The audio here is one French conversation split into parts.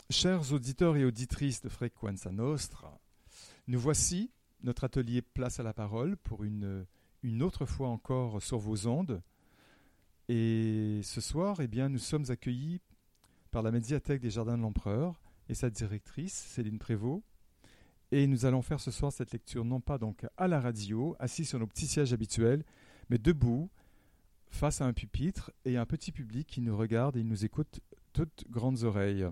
Chers auditeurs et auditrices de Frequenza Nostra, nous voici, notre atelier Place à la parole, pour une autre fois encore sur vos ondes. Et ce soir, eh bien, nous sommes accueillis par la médiathèque des Jardins de l'Empereur et sa directrice, Céline Prévost. Et nous allons faire ce soir cette lecture, non pas donc à la radio, assis sur nos petits sièges habituels, mais debout, face à un pupitre et un petit public qui nous regarde et nous écoute toutes grandes oreilles.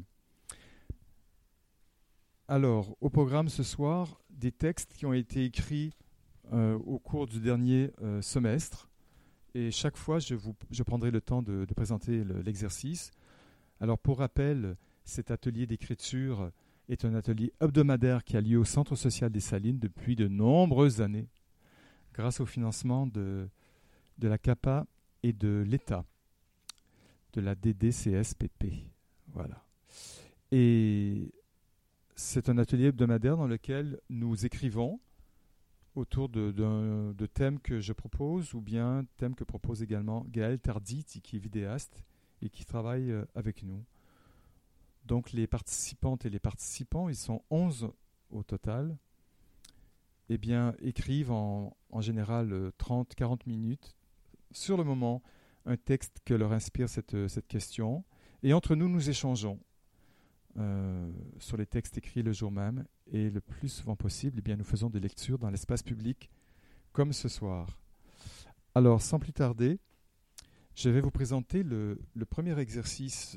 Alors, au programme ce soir, des textes qui ont été écrits au cours du dernier semestre. Et chaque fois, je prendrai le temps de présenter l'exercice. Alors, pour rappel, cet atelier d'écriture est un atelier hebdomadaire qui a lieu au Centre social des Salines depuis de nombreuses années, grâce au financement de la CAPA et de l'État, de la DDCSPP. Voilà. Et c'est un atelier hebdomadaire dans lequel nous écrivons autour de thèmes que je propose ou bien thèmes que propose également Gaël Tarditi, qui est vidéaste et qui travaille avec nous. Donc les participantes et les participants, ils sont 11 au total, eh bien, écrivent en général 30-40 minutes sur le moment un texte que leur inspire cette question. Et entre nous, nous échangeons sur les textes écrits le jour même, et le plus souvent possible, eh bien, nous faisons des lectures dans l'espace public, comme ce soir. Alors, sans plus tarder, je vais vous présenter le premier exercice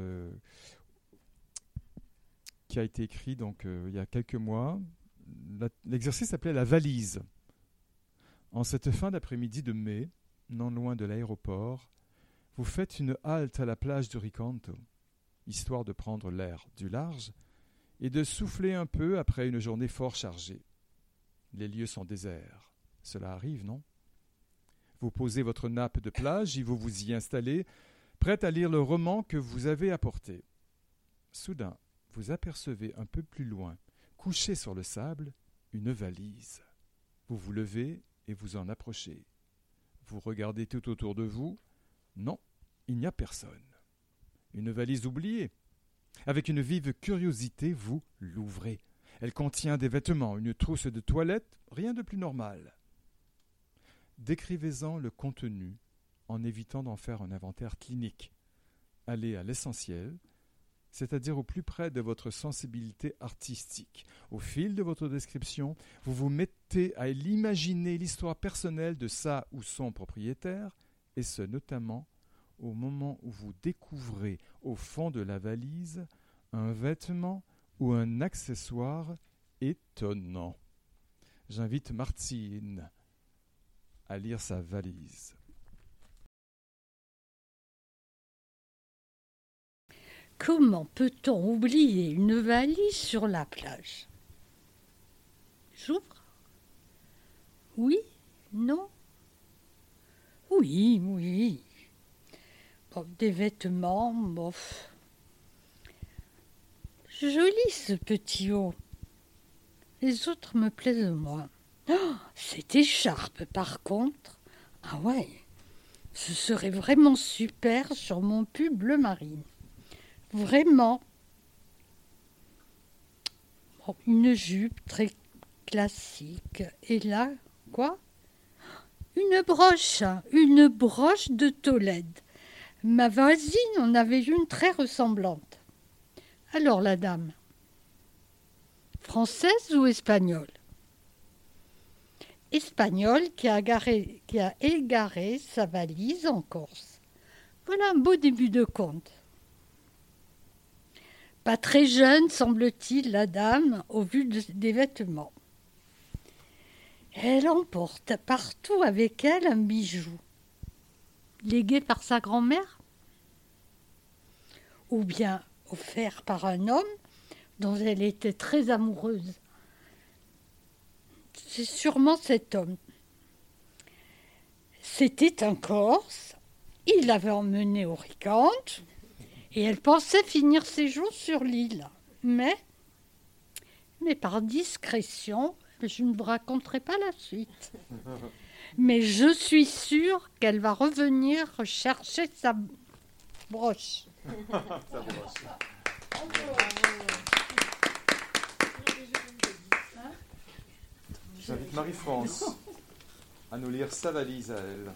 qui a été écrit donc, il y a quelques mois. L'exercice s'appelait la valise. En cette fin d'après-midi de mai, non loin de l'aéroport, vous faites une halte à la plage du Ricanto, histoire de prendre l'air du large et de souffler un peu après une journée fort chargée. Les lieux sont déserts. Cela arrive, non? Vous posez votre nappe de plage et vous vous y installez, prête à lire le roman que vous avez apporté. Soudain, vous apercevez un peu plus loin, couchée sur le sable, une valise. Vous vous levez et vous en approchez. Vous regardez tout autour de vous. Non, il n'y a personne. Une valise oubliée. Avec une vive curiosité, vous l'ouvrez. Elle contient des vêtements, une trousse de toilette, rien de plus normal. Décrivez-en le contenu en évitant d'en faire un inventaire clinique. Allez à l'essentiel, c'est-à-dire au plus près de votre sensibilité artistique. Au fil de votre description, vous vous mettez à l'imaginer l'histoire personnelle de sa ou son propriétaire, et ce notamment au moment où vous découvrez au fond de la valise un vêtement ou un accessoire étonnant. J'invite Martine à lire sa valise. Comment peut-on oublier une valise sur la plage? J'ouvre? Oui? Non? Oui, oui. Bon, des vêtements, bof. Joli ce petit haut. Les autres me plaisent moins. Oh, cette écharpe, par contre, ah ouais, ce serait vraiment super sur mon pull bleu marine. Vraiment. Bon, une jupe très classique. Et là, quoi? Une broche de Tolède. Ma voisine en avait une très ressemblante. Alors la dame, française ou espagnole? Espagnole qui a égaré sa valise en Corse. Voilà un beau début de conte. Pas très jeune, semble-t-il, la dame, au vu des vêtements. Elle emporte partout avec elle un bijou, légué par sa grand-mère, ou bien offert par un homme dont elle était très amoureuse. C'est sûrement cet homme. C'était un Corse, il l'avait emmenée au Ricanto, et elle pensait finir ses jours sur l'île. Mais par discrétion, je ne vous raconterai pas la suite. Mais je suis sûre qu'elle va revenir chercher sa broche. Sa broche. J'invite Marie-France à nous lire sa valise à elle.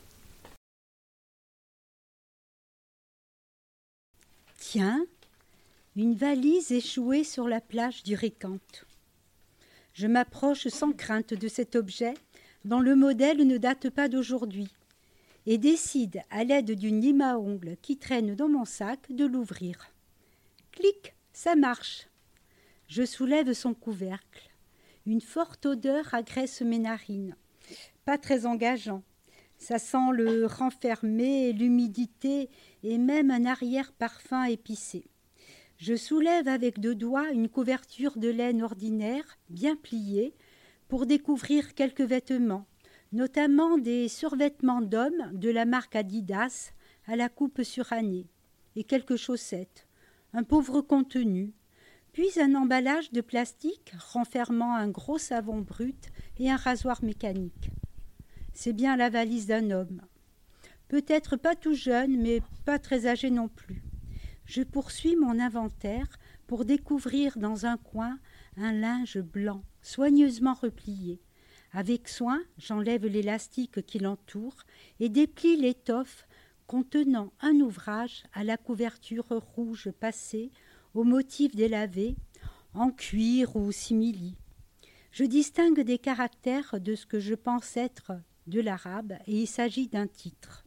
Tiens, une valise échouée sur la plage du Récante. Je m'approche sans crainte de cet objet dont le modèle ne date pas d'aujourd'hui et décide, à l'aide d'une lime à ongles qui traîne dans mon sac, de l'ouvrir. Clic, ça marche. Je soulève son couvercle. Une forte odeur agresse mes narines. Pas très engageant. Ça sent le renfermé, l'humidité et même un arrière-parfum épicé. Je soulève avec 2 doigts une couverture de laine ordinaire, bien pliée, pour découvrir quelques vêtements, notamment des survêtements d'hommes de la marque Adidas à la coupe surannée, et quelques chaussettes, un pauvre contenu, puis un emballage de plastique renfermant un gros savon brut et un rasoir mécanique. C'est bien la valise d'un homme. Peut-être pas tout jeune, mais pas très âgé non plus. Je poursuis mon inventaire pour découvrir dans un coin un linge blanc, soigneusement replié. Avec soin, j'enlève l'élastique qui l'entoure et déplie l'étoffe contenant un ouvrage à la couverture rouge passée au motif délavé, en cuir ou simili. Je distingue des caractères de ce que je pense être de l'arabe et il s'agit d'un titre.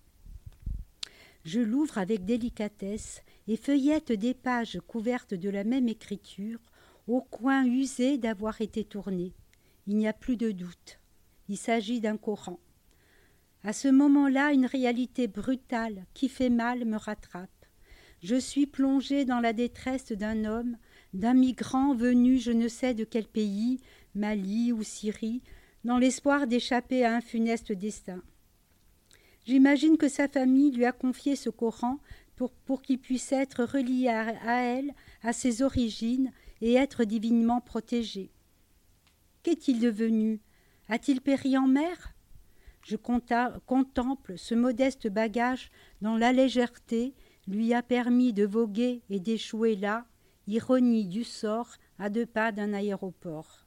Je l'ouvre avec délicatesse et feuillette des pages couvertes de la même écriture, au coin usé d'avoir été tourné. Il n'y a plus de doute. Il s'agit d'un Coran. À ce moment-là, une réalité brutale qui fait mal me rattrape. Je suis plongée dans la détresse d'un homme, d'un migrant venu je ne sais de quel pays, Mali ou Syrie, dans l'espoir d'échapper à un funeste destin. J'imagine que sa famille lui a confié ce Coran pour qu'il puisse être relié à elle, à ses origines, et être divinement protégé. Qu'est-il devenu? A-t-il péri en mer? Je contemple ce modeste bagage dont la légèreté lui a permis de voguer et d'échouer là, ironie du sort, à 2 pas d'un aéroport.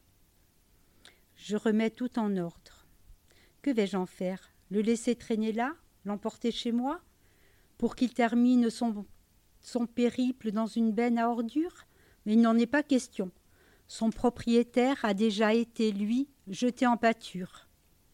Je remets tout en ordre. Que vais-je en faire? Le laisser traîner là? L'emporter chez moi? Pour qu'il termine son périple dans une benne à ordures? Mais il n'en est pas question. Son propriétaire a déjà été, lui, jeté en pâture.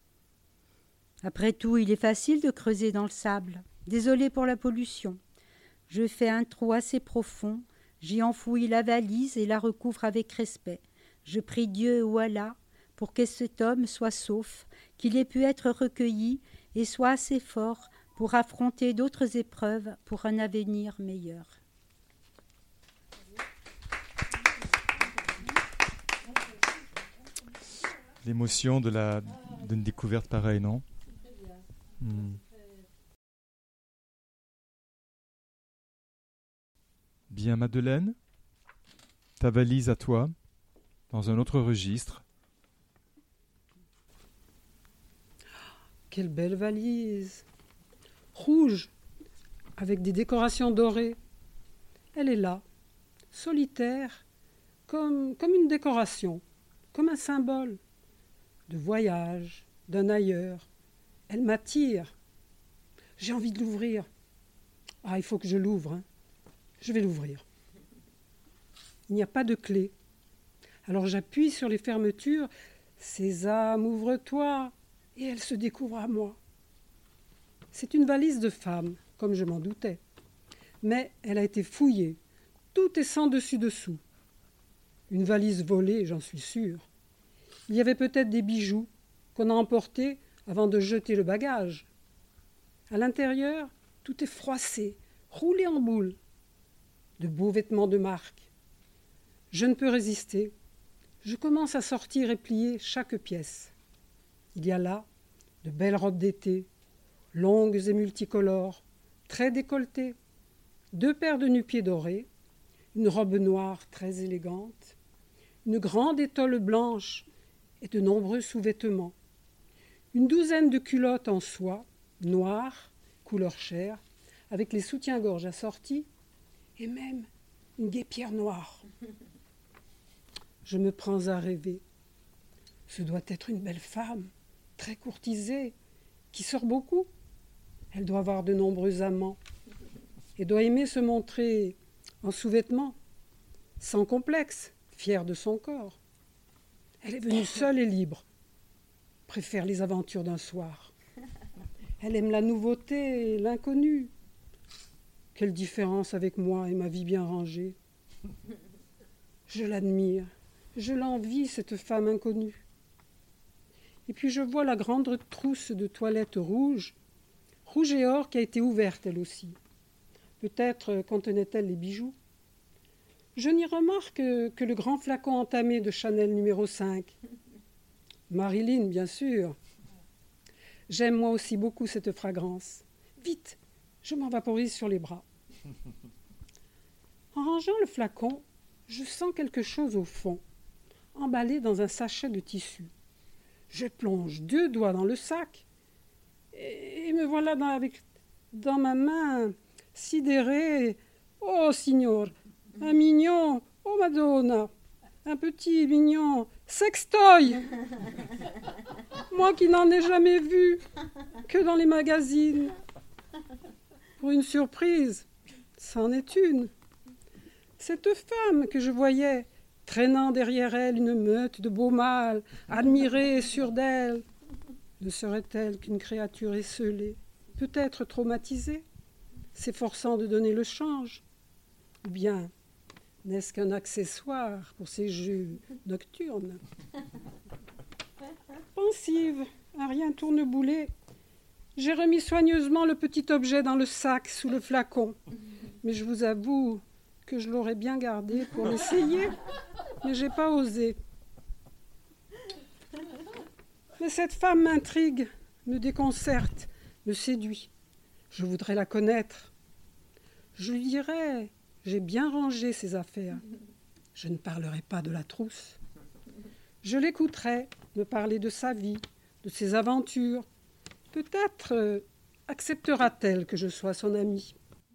Après tout, il est facile de creuser dans le sable. Désolé pour la pollution. Je fais un trou assez profond, j'y enfouis la valise et la recouvre avec respect. Je prie Dieu ou Allah pour que cet homme soit sauf, qu'il ait pu être recueilli et soit assez fort pour affronter d'autres épreuves pour un avenir meilleur. L'émotion d'une découverte pareille, non? Bien, Madeleine, ta valise à toi, dans un autre registre. Quelle belle valise! Rouge, avec des décorations dorées. Elle est là, solitaire, comme une décoration, comme un symbole de voyage, d'un ailleurs. Elle m'attire. J'ai envie de l'ouvrir. Ah, il faut que je l'ouvre, hein. Je vais l'ouvrir. Il n'y a pas de clé. Alors j'appuie sur les fermetures. Sésame, ouvre-toi. Et elle se découvre à moi. C'est une valise de femme, comme je m'en doutais. Mais elle a été fouillée. Tout est sans dessus-dessous. Une valise volée, j'en suis sûre. Il y avait peut-être des bijoux qu'on a emportés avant de jeter le bagage. À l'intérieur, tout est froissé, roulé en boule. De beaux vêtements de marque. Je ne peux résister. Je commence à sortir et plier chaque pièce. Il y a là de belles robes d'été, longues et multicolores, très décolletées, 2 paires de nu-pieds dorés, une robe noire très élégante, une grande étole blanche et de nombreux sous-vêtements, une douzaine de culottes en soie, noires, couleur chair, avec les soutiens-gorge assortis, et même une guêpière noire. Je me prends à rêver. Ce doit être une belle femme, très courtisée, qui sort beaucoup. Elle doit avoir de nombreux amants et doit aimer se montrer en sous-vêtements, sans complexe, fière de son corps. Elle est venue seule et libre, préfère les aventures d'un soir. Elle aime la nouveauté et l'inconnu. Quelle différence avec moi et ma vie bien rangée. Je l'admire, je l'envie, cette femme inconnue. Et puis je vois la grande trousse de toilette rouge et or, qui a été ouverte elle aussi. Peut-être contenait-elle les bijoux. Je n'y remarque que le grand flacon entamé de Chanel numéro 5. Marilyn, bien sûr. J'aime moi aussi beaucoup cette fragrance. Vite, je m'en vaporise sur les bras. En rangeant le flacon, je sens quelque chose au fond, emballé dans un sachet de tissu. Je plonge 2 doigts dans le sac et me voilà dans ma main sidérée. Oh, signor, un mignon, oh, Madonna, un petit mignon sextoy. Moi qui n'en ai jamais vu que dans les magazines. Pour une surprise, c'en est une. Cette femme que je voyais, traînant derrière elle une meute de beaux mâles, admirée et sûre d'elle, ne serait-elle qu'une créature esseulée, peut-être traumatisée, s'efforçant de donner le change? Ou bien n'est-ce qu'un accessoire pour ces jeux nocturnes? Pensive, à rien tourneboulet, j'ai remis soigneusement le petit objet dans le sac sous le flacon. Mais je vous avoue que je l'aurais bien gardé pour l'essayer, mais j'ai pas osé. Mais cette femme m'intrigue, me déconcerte, me séduit. Je voudrais la connaître. Je lui dirais, j'ai bien rangé ses affaires. Je ne parlerai pas de la trousse. Je l'écouterai me parler de sa vie, de ses aventures. Peut-être acceptera-t-elle que je sois son amie.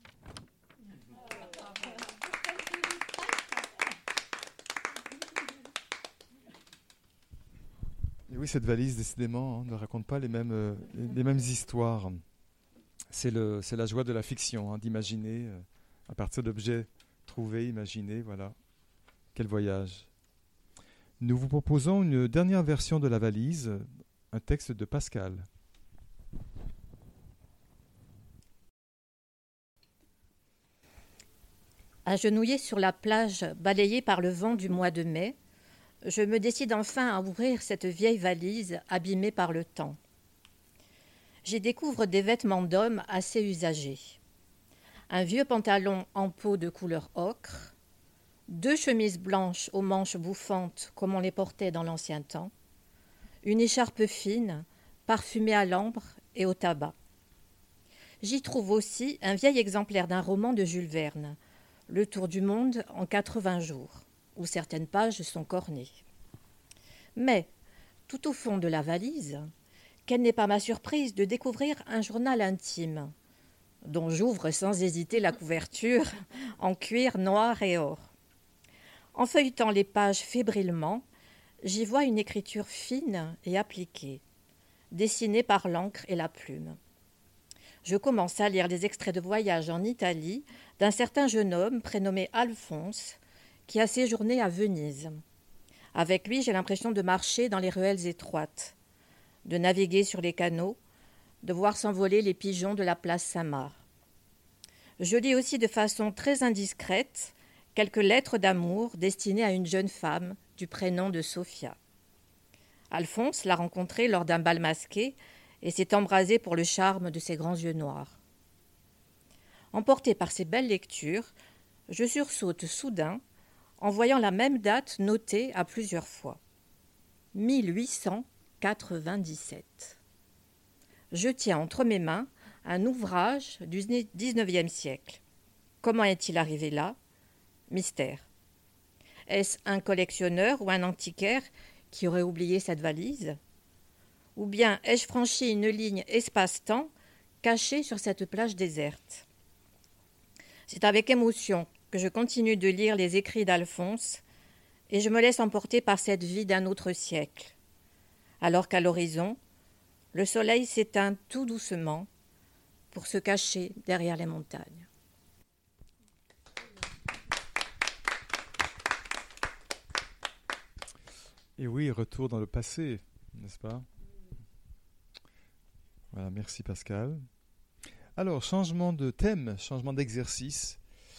Et oui, cette valise, décidément, ne raconte pas les mêmes histoires. C'est la joie de la fiction, d'imaginer, à partir d'objets trouvés, imaginés, voilà. Quel voyage. Nous vous proposons une dernière version de la valise, un texte de Pascal. Agenouillée sur la plage, balayée par le vent du mois de mai, je me décide enfin à ouvrir cette vieille valise abîmée par le temps. J'y découvre des vêtements d'homme assez usagés. Un vieux pantalon en peau de couleur ocre, 2 chemises blanches aux manches bouffantes comme on les portait dans l'ancien temps, une écharpe fine, parfumée à l'ambre et au tabac. J'y trouve aussi un vieil exemplaire d'un roman de Jules Verne, Le Tour du monde en 80 jours, où certaines pages sont cornées. Mais, tout au fond de la valise, quelle n'est pas ma surprise de découvrir un journal intime, dont j'ouvre sans hésiter la couverture en cuir noir et or. En feuilletant les pages fébrilement, j'y vois une écriture fine et appliquée, dessinée par l'encre et la plume. Je commence à lire les extraits de voyage en Italie d'un certain jeune homme prénommé Alphonse, qui a séjourné à Venise. Avec lui, j'ai l'impression de marcher dans les ruelles étroites, de naviguer sur les canaux, de voir s'envoler les pigeons de la place Saint-Marc. Je lis aussi de façon très indiscrète quelques lettres d'amour destinées à une jeune femme du prénom de Sophia. Alphonse l'a rencontrée lors d'un bal masqué et s'est embrasé pour le charme de ses grands yeux noirs. Emporté par ces belles lectures, je sursaute soudain en voyant la même date notée à plusieurs fois. 1897. Je tiens entre mes mains un ouvrage du XIXe siècle. Comment est-il arrivé là? Mystère. Est-ce un collectionneur ou un antiquaire qui aurait oublié cette valise? Ou bien ai-je franchi une ligne espace-temps cachée sur cette plage déserte? C'est avec émotion que je continue de lire les écrits d'Alphonse et je me laisse emporter par cette vie d'un autre siècle. Alors qu'à l'horizon, le soleil s'éteint tout doucement pour se cacher derrière les montagnes. Et oui, retour dans le passé, n'est-ce pas? Voilà, merci Pascal. Alors, changement de thème, changement d'exercice.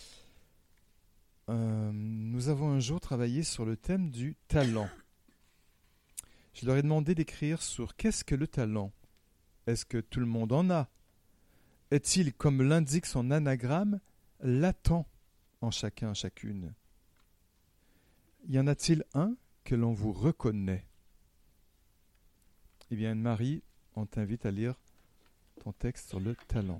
Nous avons un jour travaillé sur le thème du talent. Je leur ai demandé d'écrire sur qu'est-ce que le talent. Est-ce que tout le monde en a? Est-il, comme l'indique son anagramme, latent en chacun, chacune? Y en a-t-il un que l'on vous reconnaît? Eh bien, Anne-Marie, on t'invite à lire ton texte sur le talent.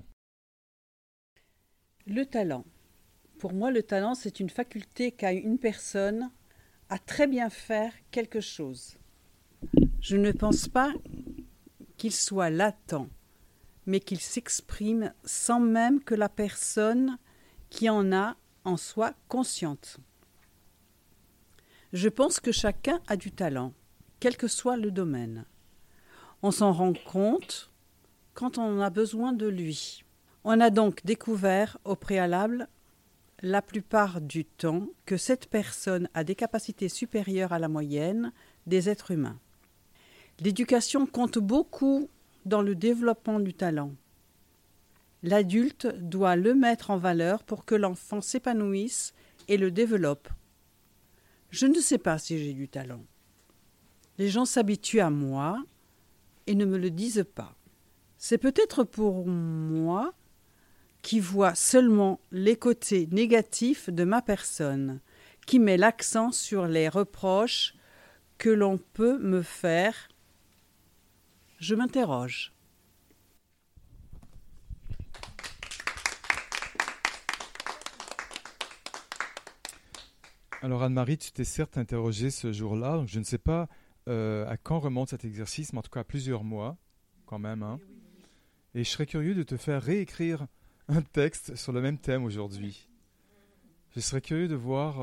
Le talent. Pour moi, le talent, c'est une faculté qu'a une personne à très bien faire quelque chose. Je ne pense pas qu'il soit latent, mais qu'il s'exprime sans même que la personne qui en a en soit consciente. Je pense que chacun a du talent, quel que soit le domaine. On s'en rend compte quand on a besoin de lui. On a donc découvert au préalable, la plupart du temps, que cette personne a des capacités supérieures à la moyenne des êtres humains. L'éducation compte beaucoup dans le développement du talent. L'adulte doit le mettre en valeur pour que l'enfant s'épanouisse et le développe. Je ne sais pas si j'ai du talent. Les gens s'habituent à moi et ne me le disent pas. C'est peut-être pour moi qui vois seulement les côtés négatifs de ma personne, qui met l'accent sur les reproches que l'on peut me faire. Je m'interroge. Alors Anne-Marie, tu t'es certes interrogée ce jour-là, donc je ne sais pas à quand remonte cet exercice, mais en tout cas à plusieurs mois quand même. Hein. Et je serais curieux de te faire réécrire un texte sur le même thème aujourd'hui. Je serais curieux de voir...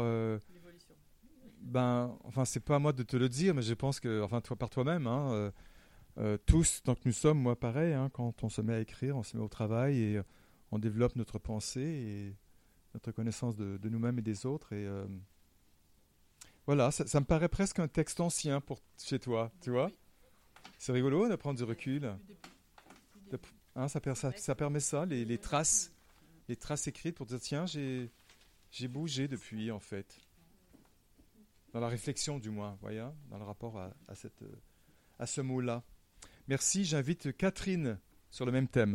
enfin, c'est pas à moi de te le dire, mais je pense que, enfin, toi par toi-même, hein, tous, tant que nous sommes, moi pareil, hein, quand on se met à écrire, on se met au travail et on développe notre pensée et notre connaissance de nous-mêmes et des autres. Et voilà, ça me paraît presque un texte ancien pour chez toi, tu vois. C'est rigolo de prendre du recul. Hein, ça permet ça, les traces écrites pour dire tiens, j'ai bougé depuis en fait. Dans la réflexion du moins, voyez, dans le rapport à ce mot-là. Merci, j'invite Catherine sur le même thème.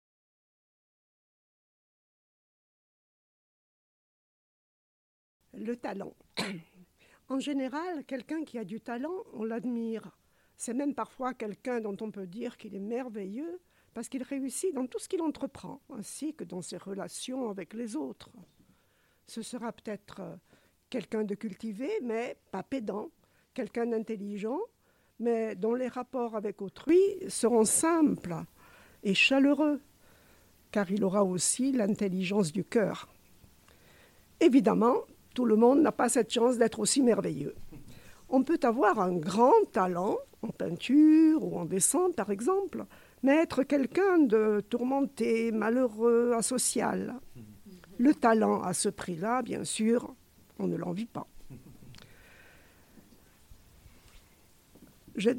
Le talent. En général, quelqu'un qui a du talent, on l'admire. C'est même parfois quelqu'un dont on peut dire qu'il est merveilleux parce qu'il réussit dans tout ce qu'il entreprend, ainsi que dans ses relations avec les autres. Ce sera peut-être quelqu'un de cultivé, mais pas pédant, quelqu'un d'intelligent, mais dont les rapports avec autrui seront simples et chaleureux, car il aura aussi l'intelligence du cœur. Évidemment, tout le monde n'a pas cette chance d'être aussi merveilleux. On peut avoir un grand talent en peinture ou en dessin, par exemple, mais être quelqu'un de tourmenté, malheureux, asocial. Le talent à ce prix-là, bien sûr, on ne l'envie pas. J'ai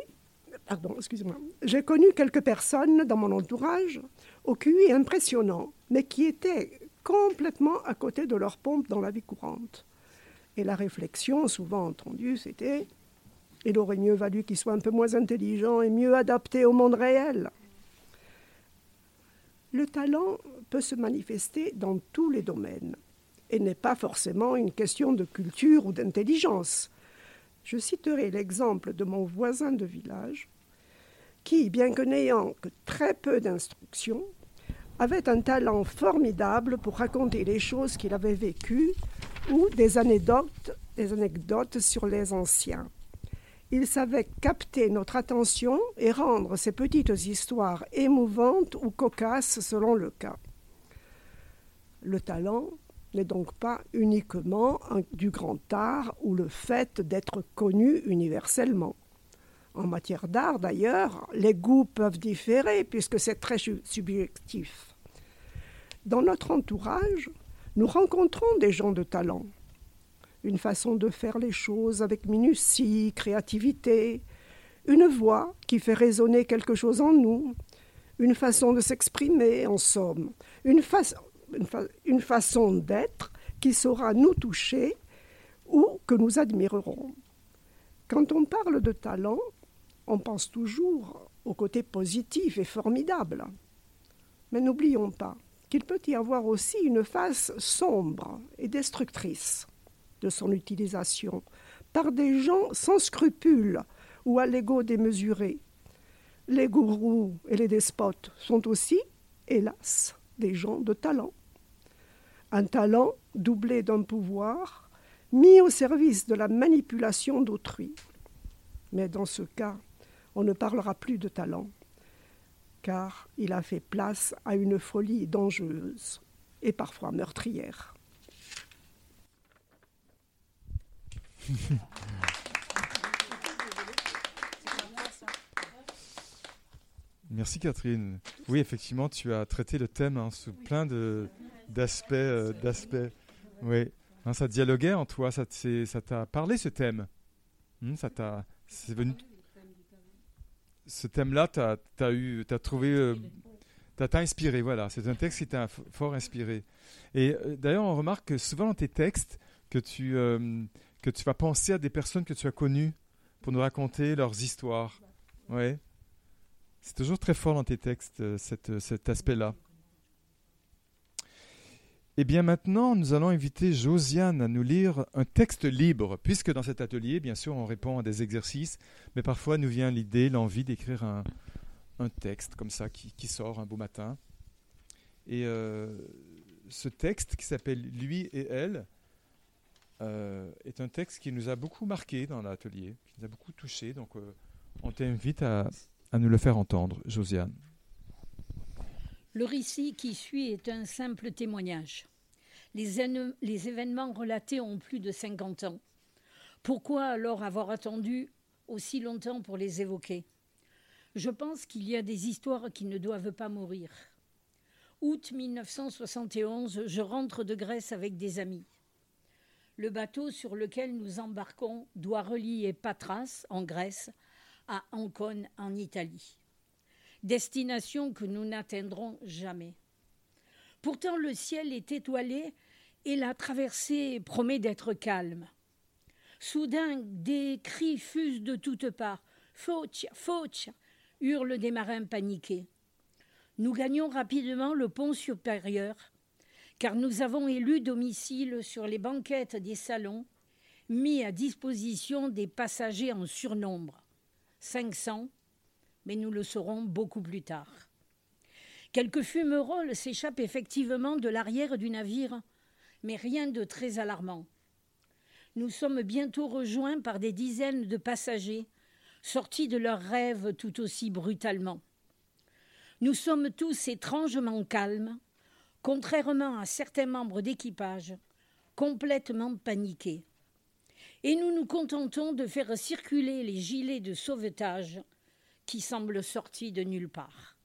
connu quelques personnes dans mon entourage au QI impressionnant, mais qui étaient complètement à côté de leur pompe dans la vie courante. Et la réflexion, souvent entendue, c'était « il aurait mieux valu qu'il soit un peu moins intelligent et mieux adapté au monde réel ». Le talent peut se manifester dans tous les domaines et n'est pas forcément une question de culture ou d'intelligence. Je citerai l'exemple de mon voisin de village qui, bien que n'ayant que très peu d'instruction, avait un talent formidable pour raconter les choses qu'il avait vécues ou des anecdotes sur les anciens. Il savait capter notre attention et rendre ces petites histoires émouvantes ou cocasses selon le cas. Le talent n'est donc pas uniquement du grand art ou le fait d'être connu universellement. En matière d'art, d'ailleurs, les goûts peuvent différer puisque c'est très subjectif. Dans notre entourage, nous rencontrons des gens de talent. Une façon de faire les choses avec minutie, créativité, une voix qui fait résonner quelque chose en nous, une façon de s'exprimer, en somme, une façon d'être qui saura nous toucher ou que nous admirerons. Quand on parle de talent, on pense toujours au côté positif et formidable. Mais n'oublions pas qu'il peut y avoir aussi une face sombre et destructrice de son utilisation par des gens sans scrupules ou à l'ego démesuré. Les gourous et les despotes sont aussi, hélas, des gens de talent. Un talent doublé d'un pouvoir mis au service de la manipulation d'autrui. Mais dans ce cas, on ne parlera plus de talent, car il a fait place à une folie dangereuse et parfois meurtrière. Merci Catherine. Oui, effectivement, tu as traité le thème sous plein d'aspects. Oui. Ça dialoguait en toi, ça t'a parlé ce thème. C'est venu. Ce thème-là, t'as trouvé, t'as inspiré. Voilà, c'est un texte qui t'a fort inspiré. Et d'ailleurs, on remarque que souvent dans tes textes, que tu vas penser à des personnes que tu as connues pour nous raconter leurs histoires. Ouais. C'est toujours très fort dans tes textes, cet aspect-là. Eh bien maintenant, nous allons inviter Josiane à nous lire un texte libre, puisque dans cet atelier, bien sûr, on répond à des exercices, mais parfois nous vient l'idée, l'envie d'écrire un texte comme ça qui sort un beau matin. Et ce texte qui s'appelle « Lui et elle » est un texte qui nous a beaucoup marqué dans l'atelier, qui nous a beaucoup touché. Donc on t'invite à nous le faire entendre, Josiane. Le récit qui suit est un simple témoignage. Les événements relatés ont plus de 50 ans. Pourquoi alors avoir attendu aussi longtemps pour les évoquer ? Je pense qu'il y a des histoires qui ne doivent pas mourir. Août 1971, je rentre de Grèce avec des amis. Le bateau sur lequel nous embarquons doit relier Patras, en Grèce, à Ancône, en Italie. Destination que nous n'atteindrons jamais. Pourtant, le ciel est étoilé et la traversée promet d'être calme. Soudain, des cris fusent de toutes parts. « Faucia, faucia !» hurlent des marins paniqués. Nous gagnons rapidement le pont supérieur, car nous avons élu domicile sur les banquettes des salons, mis à disposition des passagers en surnombre. 500, mais nous le saurons beaucoup plus tard. Quelques fumerolles s'échappent effectivement de l'arrière du navire, mais rien de très alarmant. Nous sommes bientôt rejoints par des dizaines de passagers, sortis de leurs rêves tout aussi brutalement. Nous sommes tous étrangement calmes, contrairement à certains membres d'équipage, complètement paniqués. Et nous nous contentons de faire circuler les gilets de sauvetage qui semblent sortis de nulle part.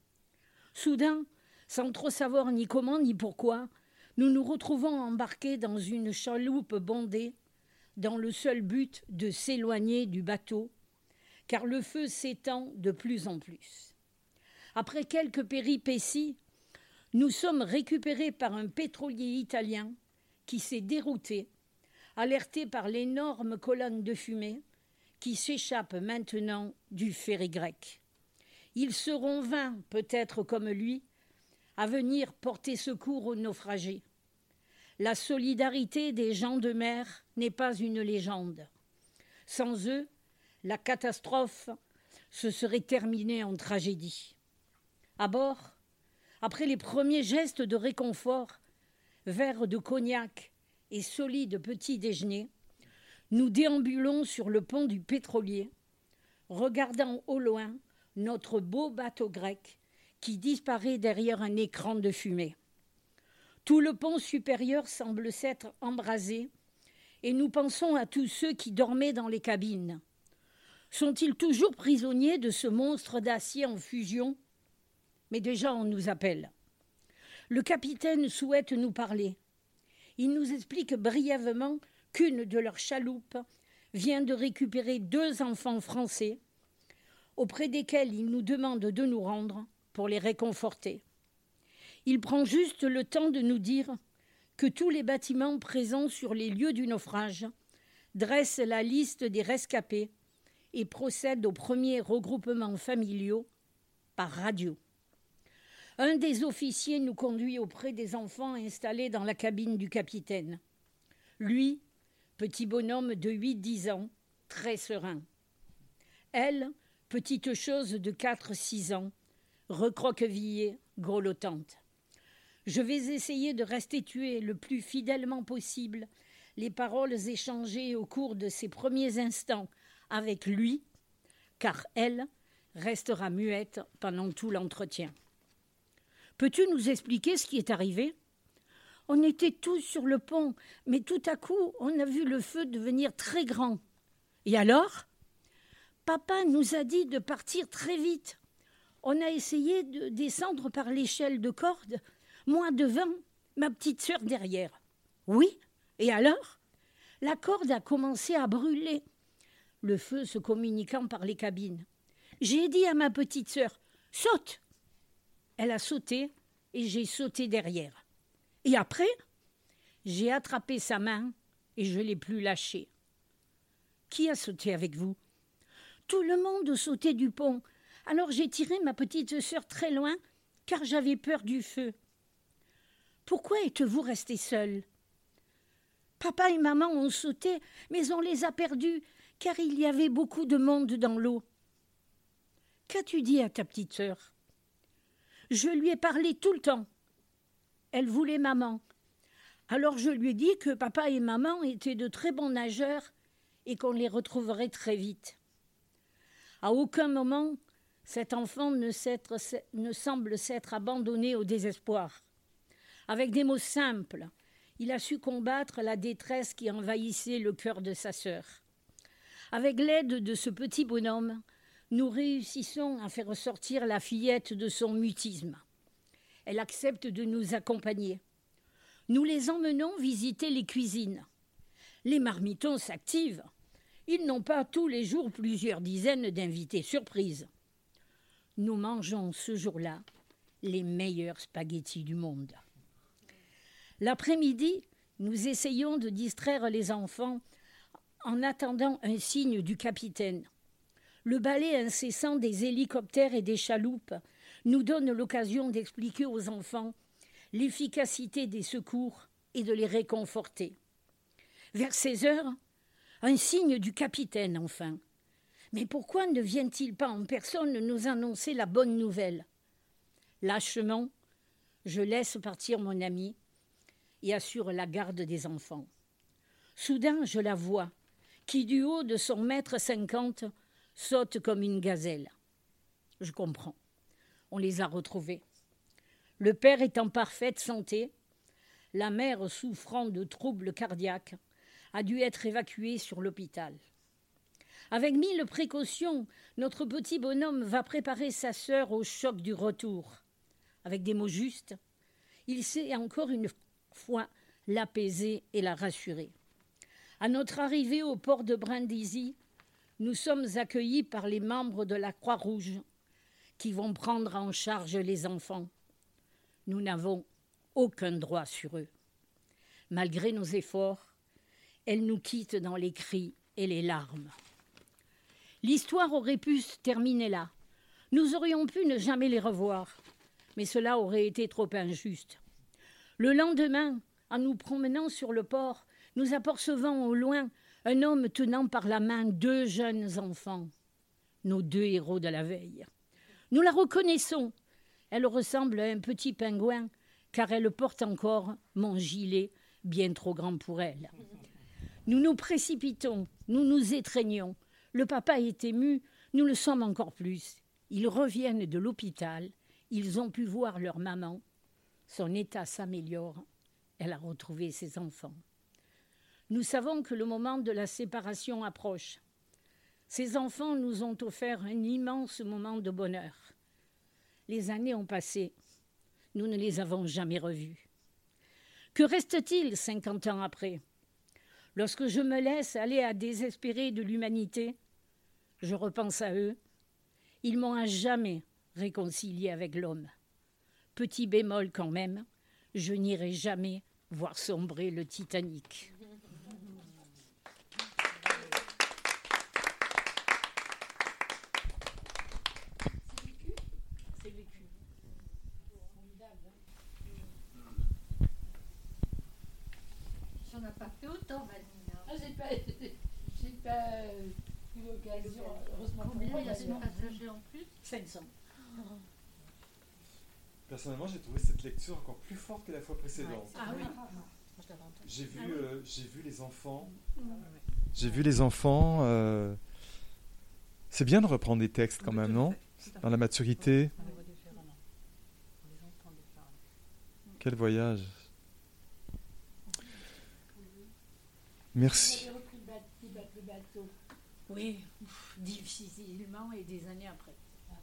Soudain, sans trop savoir ni comment ni pourquoi, nous nous retrouvons embarqués dans une chaloupe bondée, dans le seul but de s'éloigner du bateau, car le feu s'étend de plus en plus. Après quelques péripéties, nous sommes récupérés par un pétrolier italien qui s'est dérouté, alerté par l'énorme colonne de fumée qui s'échappe maintenant du ferry grec. Ils seront 20, peut-être comme lui, à venir porter secours aux naufragés. La solidarité des gens de mer n'est pas une légende. Sans eux, la catastrophe se serait terminée en tragédie. À bord, après les premiers gestes de réconfort, verre de cognac et solide petit déjeuner, nous déambulons sur le pont du pétrolier, regardant au loin notre beau bateau grec qui disparaît derrière un écran de fumée. Tout le pont supérieur semble s'être embrasé et nous pensons à tous ceux qui dormaient dans les cabines. Sont-ils toujours prisonniers de ce monstre d'acier en fusion ? Mais déjà on nous appelle. Le capitaine souhaite nous parler. Il nous explique brièvement qu'une de leurs chaloupes vient de récupérer 2 enfants français auprès desquels il nous demande de nous rendre pour les réconforter. Il prend juste le temps de nous dire que tous les bâtiments présents sur les lieux du naufrage dressent la liste des rescapés et procèdent aux premiers regroupements familiaux par radio. Un des officiers nous conduit auprès des enfants installés dans la cabine du capitaine. Lui, petit bonhomme de 8-10 ans, très serein. Elle, petite chose de 4-6 ans, recroquevillée, grelottante. Je vais essayer de restituer le plus fidèlement possible les paroles échangées au cours de ces premiers instants avec lui, car elle restera muette pendant tout l'entretien. Peux-tu nous expliquer ce qui est arrivé ? On était tous sur le pont, mais tout à coup, on a vu le feu devenir très grand. Et alors ? Papa nous a dit de partir très vite. On a essayé de descendre par l'échelle de corde, moi devant, ma petite sœur derrière. Oui, et alors ? La corde a commencé à brûler, le feu se communiquant par les cabines. J'ai dit à ma petite sœur « Saute !» Elle a sauté et j'ai sauté derrière. Et après, j'ai attrapé sa main et je ne l'ai plus lâchée. Qui a sauté avec vous ? Tout le monde sautait du pont. Alors j'ai tiré ma petite sœur très loin car j'avais peur du feu. Pourquoi êtes-vous restés seuls ? Papa et maman ont sauté, mais on les a perdus car il y avait beaucoup de monde dans l'eau. Qu'as-tu dit à ta petite sœur ? Je lui ai parlé tout le temps. Elle voulait maman. Alors je lui ai dit que papa et maman étaient de très bons nageurs et qu'on les retrouverait très vite. À aucun moment, cet enfant ne semble s'être abandonné au désespoir. Avec des mots simples, il a su combattre la détresse qui envahissait le cœur de sa sœur. Avec l'aide de ce petit bonhomme, nous réussissons à faire ressortir la fillette de son mutisme. Elle accepte de nous accompagner. Nous les emmenons visiter les cuisines. Les marmitons s'activent. Ils n'ont pas tous les jours plusieurs dizaines d'invités surprises. Nous mangeons ce jour-là les meilleurs spaghettis du monde. L'après-midi, nous essayons de distraire les enfants en attendant un signe du capitaine. Le balai incessant des hélicoptères et des chaloupes nous donne l'occasion d'expliquer aux enfants l'efficacité des secours et de les réconforter. Vers 16 heures, un signe du capitaine enfin. Mais pourquoi ne vient-il pas en personne nous annoncer la bonne nouvelle ? Lâchement, je laisse partir mon ami et assure la garde des enfants. Soudain, je la vois, qui du haut de son 1,50 m saute comme une gazelle. Je comprends. On les a retrouvés. Le père est en parfaite santé. La mère, souffrant de troubles cardiaques, a dû être évacuée sur l'hôpital. Avec 1000 précautions, notre petit bonhomme va préparer sa sœur au choc du retour. Avec des mots justes, il sait encore une fois l'apaiser et la rassurer. À notre arrivée au port de Brindisi, nous sommes accueillis par les membres de la Croix-Rouge qui vont prendre en charge les enfants. Nous n'avons aucun droit sur eux. Malgré nos efforts, elles nous quittent dans les cris et les larmes. L'histoire aurait pu se terminer là. Nous aurions pu ne jamais les revoir, mais cela aurait été trop injuste. Le lendemain, en nous promenant sur le port, nous apercevons au loin un homme tenant par la main 2 jeunes enfants, nos 2 héros de la veille. Nous la reconnaissons. Elle ressemble à un petit pingouin, car elle porte encore mon gilet, bien trop grand pour elle. Nous nous précipitons, nous nous étreignons. Le papa est ému, nous le sommes encore plus. Ils reviennent de l'hôpital, ils ont pu voir leur maman. Son état s'améliore elle a retrouvé ses enfants. Nous savons que le moment de la séparation approche. Ces enfants nous ont offert un immense moment de bonheur. Les années ont passé. Nous ne les avons jamais revus. Que reste-t-il 50 ans après ? Lorsque je me laisse aller à désespérer de l'humanité, je repense à eux. Ils m'ont à jamais réconcilié avec l'homme. Petit bémol quand même, je n'irai jamais voir sombrer le Titanic. C'est vécu. J'en ai pas fait autant, Vanina. Ah, j'ai pas eu l'occasion, heureusement pour Combien moi, il y a de passagers en plus? 500. Personnellement, j'ai trouvé cette lecture encore plus forte que la fois précédente. Ah oui. J'ai vu les enfants. J'ai vu les enfants. C'est bien de reprendre des textes quand même, non ? Dans la maturité. Quel voyage. Merci. Le bateau. Oui, difficilement et des années après.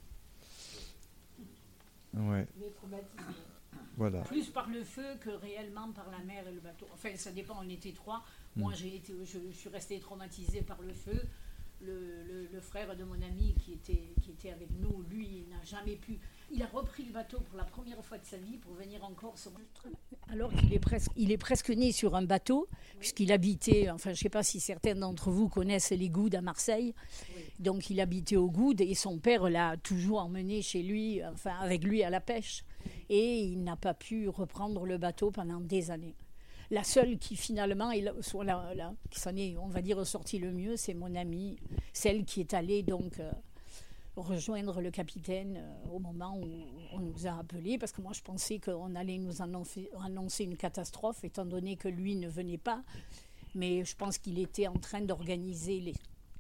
Ouais. Les traumatismes. Voilà. Plus par le feu que réellement par la mer et le bateau. Enfin, ça dépend, on était 3. Moi, je suis restée traumatisée par le feu. Le frère de mon ami qui était avec nous, lui, il n'a jamais pu. Il a repris le bateau pour la première fois de sa vie pour venir en Corse. Alors qu'il est presque né sur un bateau, puisqu'il habitait, enfin, je ne sais pas si certains d'entre vous connaissent les Goudes à Marseille. Oui. Donc, il habitait aux Goudes et son père l'a toujours emmené chez lui, enfin, avec lui à la pêche. Et il n'a pas pu reprendre le bateau pendant des années. La seule qui finalement, qui s'en est, on va dire, ressortie le mieux, c'est mon amie, celle qui est allée donc rejoindre le capitaine au moment où on nous a appelés, parce que moi je pensais qu'on allait nous annoncer une catastrophe, étant donné que lui ne venait pas. Mais je pense qu'il était en train d'organiser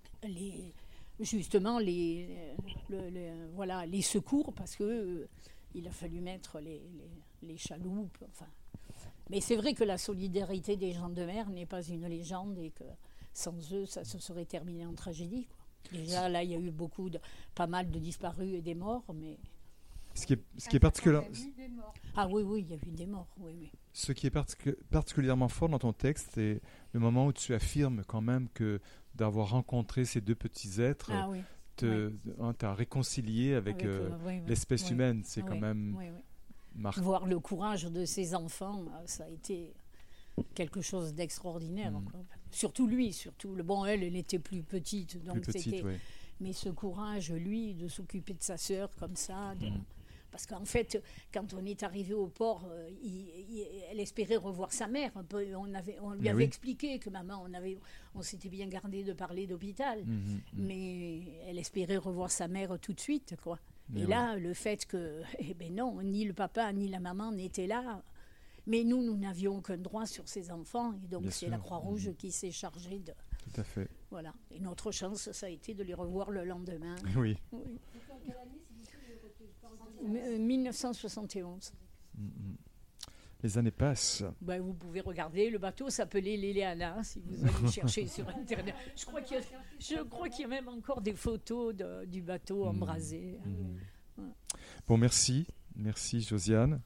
justement les secours, parce que il a fallu mettre les chaloupes, enfin. Mais c'est vrai que la solidarité des gens de mer n'est pas une légende et que sans eux, ça se serait terminé en tragédie, quoi. Déjà, là, il y a eu pas mal de disparus et des morts, mais... Ce qui est particulier... Ah oui, il y a eu des morts, oui. Ce qui est particulièrement fort dans ton texte, c'est le moment où tu affirmes quand même que d'avoir rencontré ces deux petits êtres t'a réconcilié avec l'espèce humaine. C'est quand même... Voir le courage de ses enfants, ça a été quelque chose d'extraordinaire. Surtout lui, elle était plus petite, donc c'était. Oui. Mais ce courage, lui, de s'occuper de sa sœur comme ça, parce qu'en fait, quand on est arrivé au port, elle espérait revoir sa mère. On lui avait expliqué que maman, on s'était bien gardé de parler d'hôpital, mais elle espérait revoir sa mère tout de suite, quoi. Et là, le fait que, non, ni le papa ni la maman n'étaient là, mais nous n'avions aucun droit sur ces enfants, et donc c'est la Croix-Rouge qui s'est chargée de... Tout à fait. Voilà. Et notre chance, ça a été de les revoir le lendemain. Oui. 1971. Les années passent. Vous pouvez regarder, le bateau s'appelait l'Eleana, si vous allez chercher sur Internet. Je crois qu'il y a même encore des photos du bateau embrasé. Bon, merci Josiane.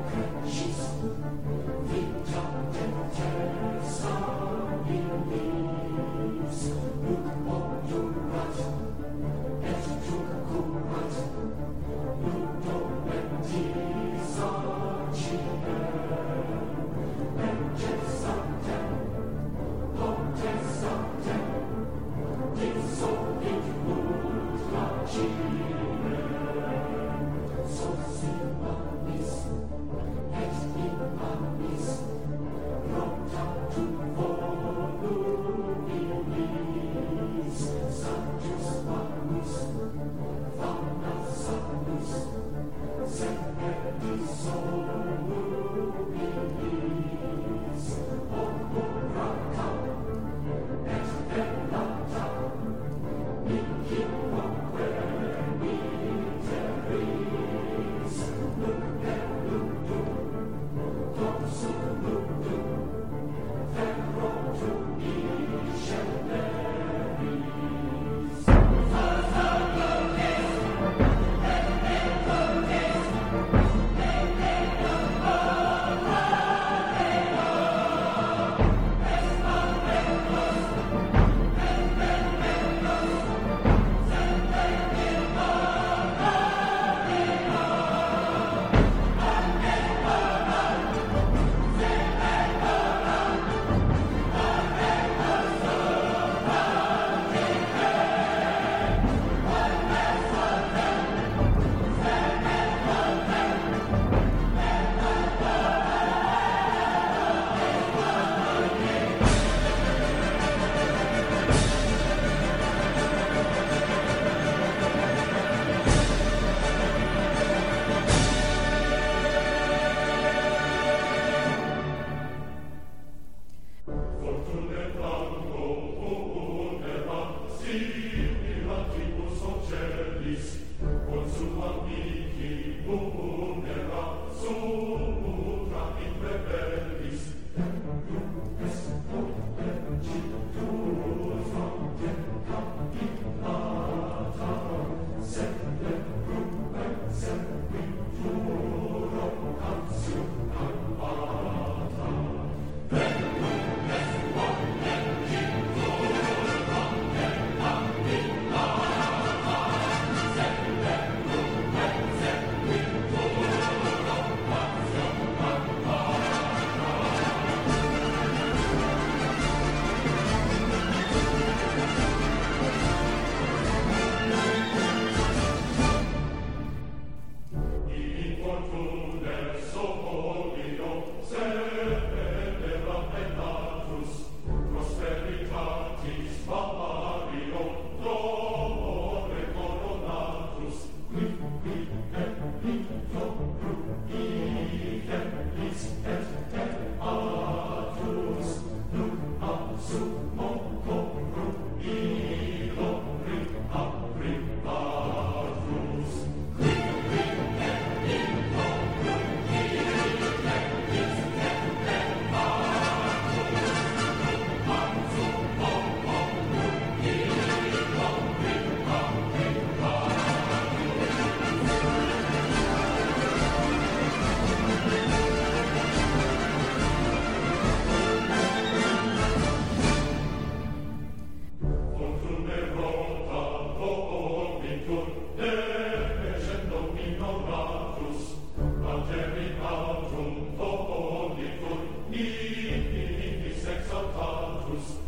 Thank you.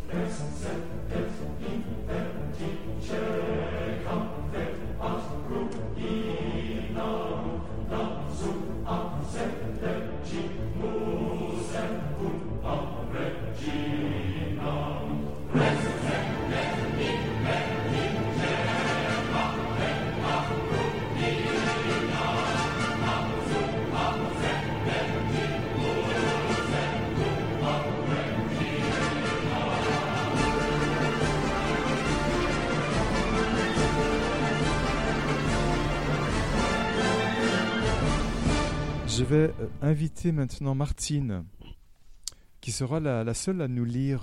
Je vais inviter maintenant Martine, qui sera la seule à nous lire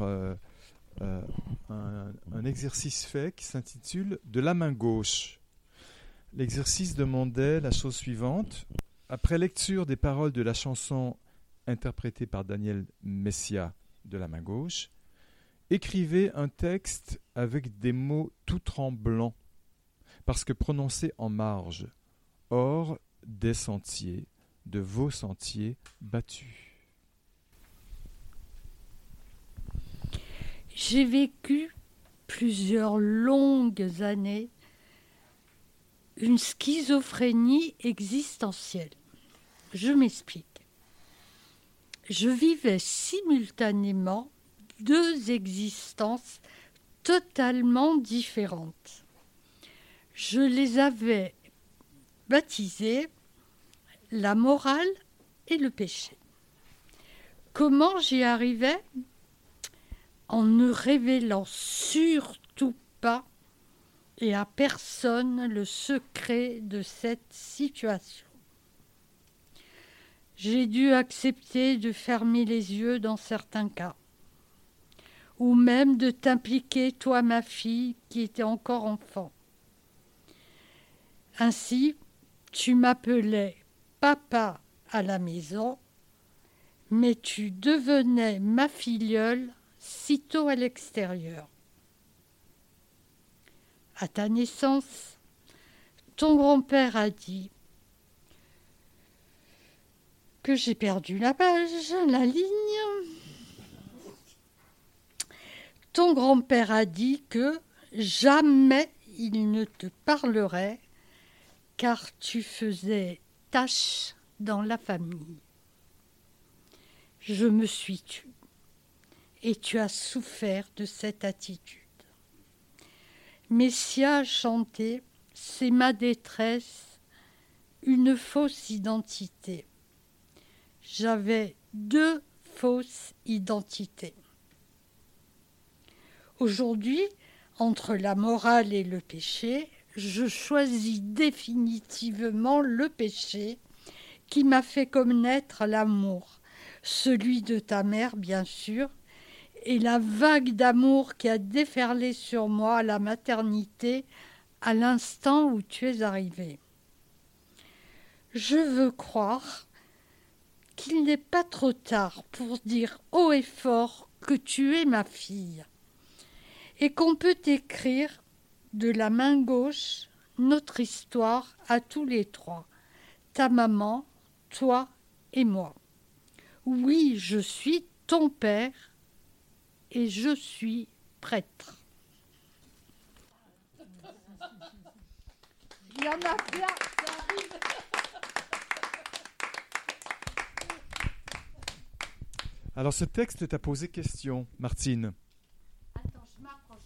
un exercice fait qui s'intitule « De la main gauche ». L'exercice demandait la chose suivante. Après lecture des paroles de la chanson interprétée par Daniel Messia, « De la main gauche », écrivez un texte avec des mots tout tremblants, parce que prononcés en marge, hors des sentiers, de vos sentiers battus. J'ai vécu plusieurs longues années une schizophrénie existentielle. Je m'explique. Je vivais simultanément deux existences totalement différentes. Je les avais baptisées la morale et le péché. Comment j'y arrivais ? En ne révélant surtout pas et à personne le secret de cette situation. J'ai dû accepter de fermer les yeux dans certains cas, ou même de t'impliquer, toi ma fille, qui était encore enfant. Ainsi, tu m'appelais papa à la maison, mais tu devenais ma filleule sitôt à l'extérieur. À ta naissance, ton grand-père a dit que j'ai perdu la page, la ligne. Ton grand-père a dit que jamais il ne te parlerait car tu faisais tâche dans la famille. Je me suis tue et tu as souffert de cette attitude. Messia a chanté « C'est ma détresse, une fausse identité ». J'avais deux fausses identités. Aujourd'hui, entre la morale et le péché, je choisis définitivement le péché qui m'a fait connaître l'amour, celui de ta mère bien sûr, et la vague d'amour qui a déferlé sur moi à la maternité à l'instant où tu es arrivé. Je veux croire qu'il n'est pas trop tard pour dire haut et fort que tu es ma fille et qu'on peut écrire de la main gauche notre histoire à tous les trois, ta maman, toi et moi. Oui, je suis ton père et je suis prêtre. Il y en a plein, ça arrive. Alors ce texte t'a posé question, Martine. Attends, je m'approche.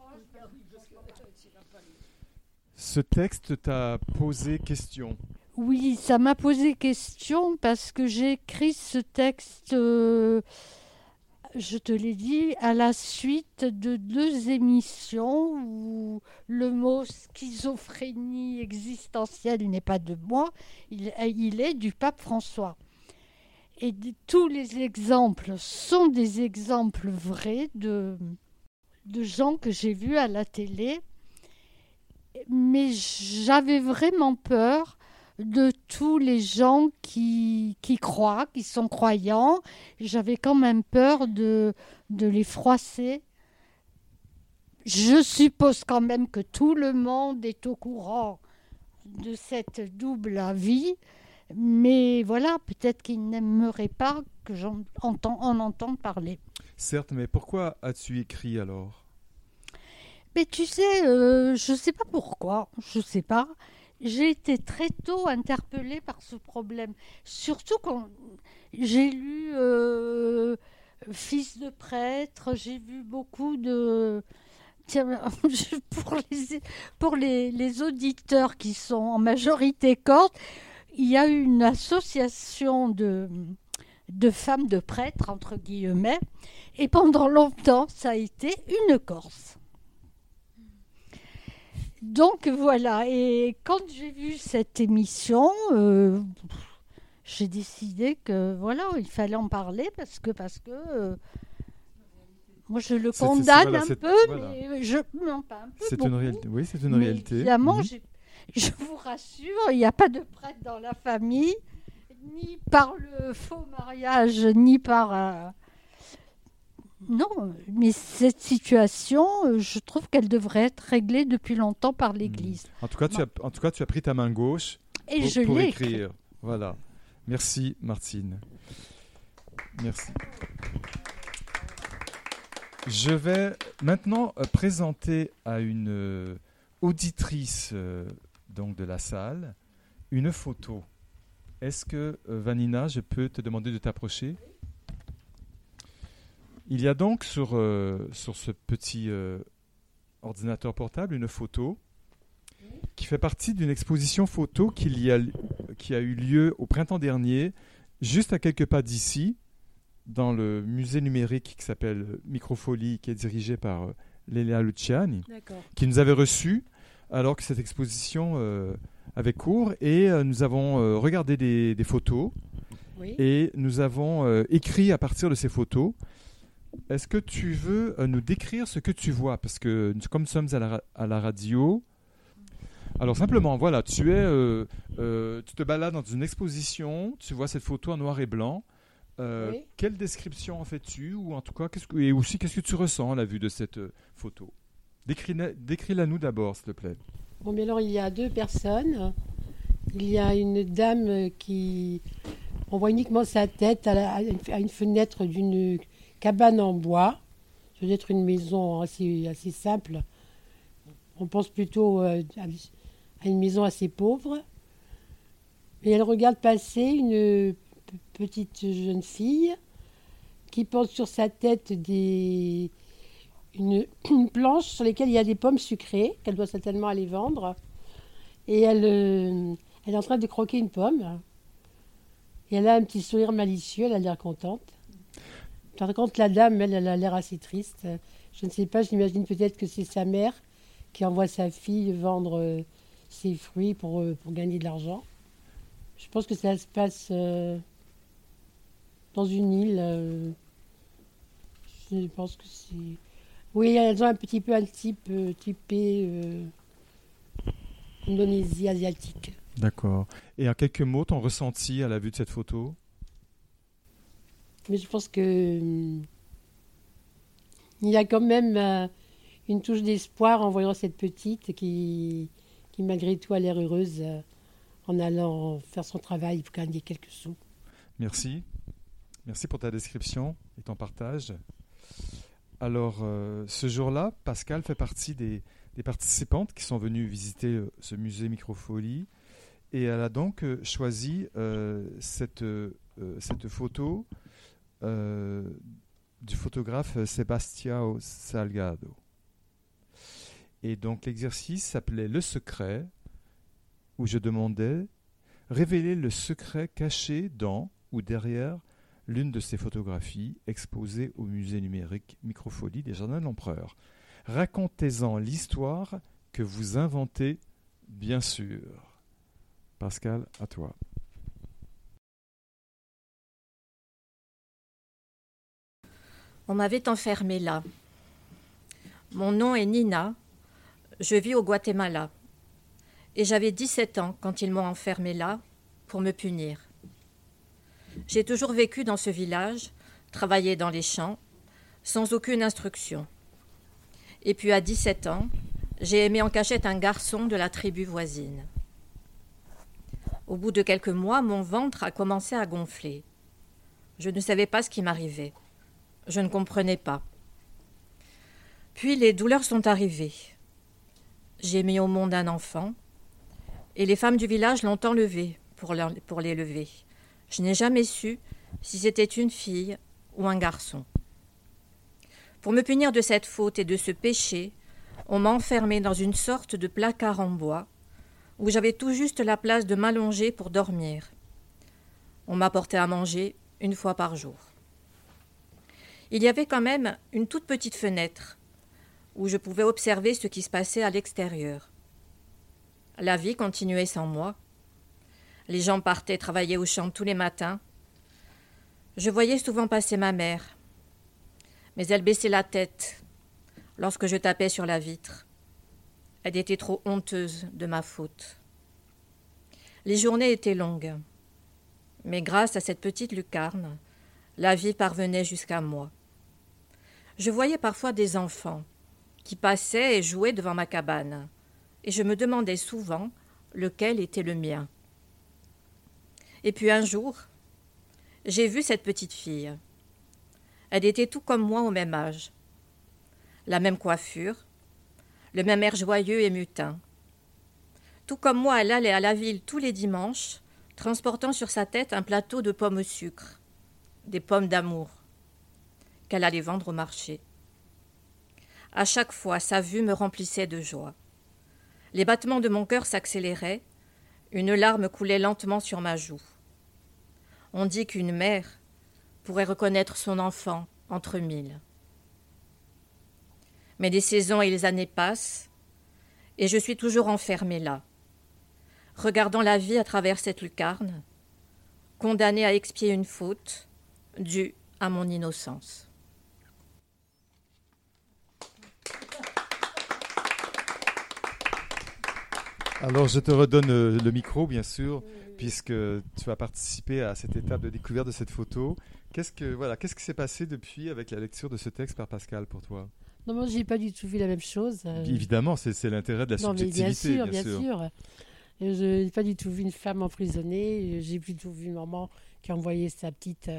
Ce texte t'a posé question. Oui, ça m'a posé question parce que j'ai écrit ce texte, je te l'ai dit, à la suite de deux émissions où le mot schizophrénie existentielle n'est pas de moi, il est du pape François. Et tous les exemples sont des exemples vrais de gens que j'ai vus à la télé, mais j'avais vraiment peur de tous les gens qui croient, qui sont croyants. J'avais quand même peur de les froisser. Je suppose quand même que tout le monde est au courant de cette double vie, mais voilà, peut-être qu'ils n'aimeraient pas que en entende parler. Certes, mais pourquoi as-tu écrit alors? Mais tu sais, je ne sais pas pourquoi, je ne sais pas. J'ai été très tôt interpellée par ce problème. Surtout quand j'ai lu Fils de prêtre, j'ai vu beaucoup de... Tiens, pour les auditeurs qui sont en majorité cordes, il y a une association de femmes de prêtres, entre guillemets, et pendant longtemps, ça a été une Corse. Donc voilà, et quand j'ai vu cette émission, j'ai décidé que voilà, il fallait en parler parce que moi je le condamne un peu, mais je non pas un peu. C'est une réalité. Oui, c'est une réalité. Évidemment, je vous rassure, il n'y a pas de prêtre dans la famille, ni par le faux mariage, ni par non, mais cette situation, je trouve qu'elle devrait être réglée depuis longtemps par l'Église. En tout cas, tu as pris ta main gauche pour écrire. Voilà. Merci, Martine. Merci. Je vais maintenant présenter à une auditrice donc de la salle une photo. Est-ce que, Vanina, je peux te demander de t'approcher ? Il y a donc sur ce petit ordinateur portable une photo qui fait partie d'une exposition photo qui a eu lieu au printemps dernier, juste à quelques pas d'ici, dans le musée numérique qui s'appelle Microfolie, qui est dirigé par Lélia Luciani, qui nous avait reçus alors que cette exposition avait cours, et nous avons regardé des photos et nous avons écrit à partir de ces photos. Est-ce que tu veux nous décrire ce que tu vois? Parce que comme nous sommes à la radio, alors simplement, voilà, tu te balades dans une exposition, tu vois cette photo en noir et blanc. Quelle description en fais-tu? Ou en tout cas, qu'est-ce que tu ressens à la vue de cette photo? Décris-la nous d'abord, s'il te plaît. Bon, mais alors, il y a deux personnes. Il y a une dame on voit uniquement sa tête à une fenêtre d'une cabane en bois. Ça doit être une maison assez simple. On pense plutôt à une maison assez pauvre. Et elle regarde passer une petite jeune fille qui porte sur sa tête une planche sur laquelle il y a des pommes sucrées qu'elle doit certainement aller vendre. Et elle est en train de croquer une pomme. Et elle a un petit sourire malicieux, elle a l'air contente. Par contre, la dame, elle a l'air assez triste. Je ne sais pas, j'imagine peut-être que c'est sa mère qui envoie sa fille vendre ses fruits pour gagner de l'argent. Je pense que ça se passe dans une île. Je pense que c'est... Oui, elles ont un petit peu un type typé Indonésie asiatique. D'accord. Et en quelques mots, ton ressenti à la vue de cette photo? Mais je pense que il y a quand même une touche d'espoir en voyant cette petite qui malgré tout a l'air heureuse en allant faire son travail pour gagner quelques sous. Merci. Merci pour ta description et ton partage. Alors, ce jour-là, Pascal fait partie des participantes qui sont venues visiter ce musée Microfolie, et elle a donc choisi cette photo du photographe Sebastião Salgado. Et donc l'exercice s'appelait Le Secret, où je demandais révéler le secret caché dans ou derrière l'une de ces photographies exposées au musée numérique Microfolie des Jardins de l'Empereur. Racontez-en l'histoire que vous inventez, bien sûr. Pascal, à toi. On m'avait enfermée là. Mon nom est Nina. Je vis au Guatemala. Et j'avais 17 ans quand ils m'ont enfermée là pour me punir. J'ai toujours vécu dans ce village, travaillé dans les champs, sans aucune instruction. Et puis à 17 ans, j'ai aimé en cachette un garçon de la tribu voisine. Au bout de quelques mois, mon ventre a commencé à gonfler. Je ne savais pas ce qui m'arrivait. Je ne comprenais pas. Puis les douleurs sont arrivées. J'ai mis au monde un enfant, et les femmes du village l'ont enlevé pour l'élever. Je n'ai jamais su si c'était une fille ou un garçon. Pour me punir de cette faute et de ce péché, on m'a enfermée dans une sorte de placard en bois où j'avais tout juste la place de m'allonger pour dormir. On m'apportait à manger 1 fois par jour. Il y avait quand même une toute petite fenêtre où je pouvais observer ce qui se passait à l'extérieur. La vie continuait sans moi. Les gens partaient travailler au champ tous les matins. Je voyais souvent passer ma mère, mais elle baissait la tête lorsque je tapais sur la vitre. Elle était trop honteuse de ma faute. Les journées étaient longues, mais grâce à cette petite lucarne, la vie parvenait jusqu'à moi. Je voyais parfois des enfants qui passaient et jouaient devant ma cabane, et je me demandais souvent lequel était le mien. Et puis un jour, j'ai vu cette petite fille. Elle était tout comme moi au même âge. La même coiffure, le même air joyeux et mutin. Tout comme moi, elle allait à la ville tous les dimanches, transportant sur sa tête un plateau de pommes au sucre, des pommes d'amour, qu'elle allait vendre au marché. À chaque fois, sa vue me remplissait de joie. Les battements de mon cœur s'accéléraient, une larme coulait lentement sur ma joue. On dit qu'une mère pourrait reconnaître son enfant entre 1000. Mais les saisons et les années passent, et je suis toujours enfermée là, regardant la vie à travers cette lucarne, condamnée à expier une faute due à mon innocence. Alors, je te redonne le micro, bien sûr, puisque tu as participé à cette étape de découverte de cette photo. Qu'est-ce qui s'est passé depuis avec la lecture de ce texte par Pascal pour toi ? Non, moi, je n'ai pas du tout vu la même chose. Évidemment, c'est l'intérêt de la subjectivité. Mais bien sûr. Je n'ai pas du tout vu une femme emprisonnée. J'ai plutôt vu une maman qui envoyait sa petite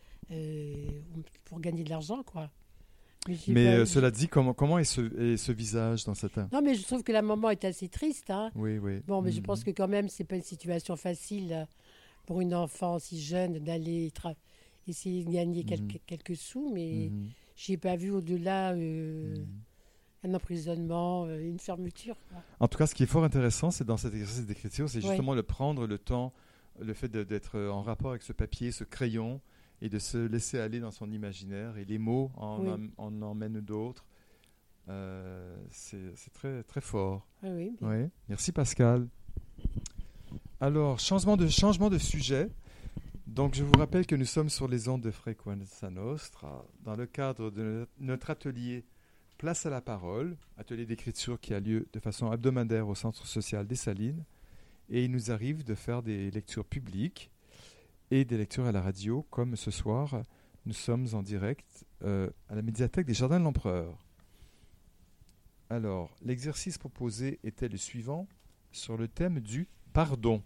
pour gagner de l'argent, quoi. Mais cela dit, comment est ce visage dans cette... Non, mais je trouve que la maman est assez triste. Hein. Oui. Bon, mais je pense que quand même, c'est pas une situation facile pour une enfant si jeune d'aller essayer de gagner quelques sous, mais je n'ai pas vu au-delà un emprisonnement, une fermeture. Quoi. En tout cas, ce qui est fort intéressant, c'est dans cet exercice d'écriture, c'est justement le prendre le temps, le fait d'être en rapport avec ce papier, ce crayon, et de se laisser aller dans son imaginaire. Et les mots en emmènent d'autres. C'est très, très fort. Oui. Merci Pascal. Alors, changement de sujet. Donc, je vous rappelle que nous sommes sur les ondes de Frequenza Nostra, dans le cadre de notre atelier Place à la parole, atelier d'écriture qui a lieu de façon hebdomadaire au Centre social des Salines. Et il nous arrive de faire des lectures publiques et des lectures à la radio, comme ce soir, nous sommes en direct à la médiathèque des Jardins de l'Empereur. Alors, l'exercice proposé était le suivant, sur le thème du pardon.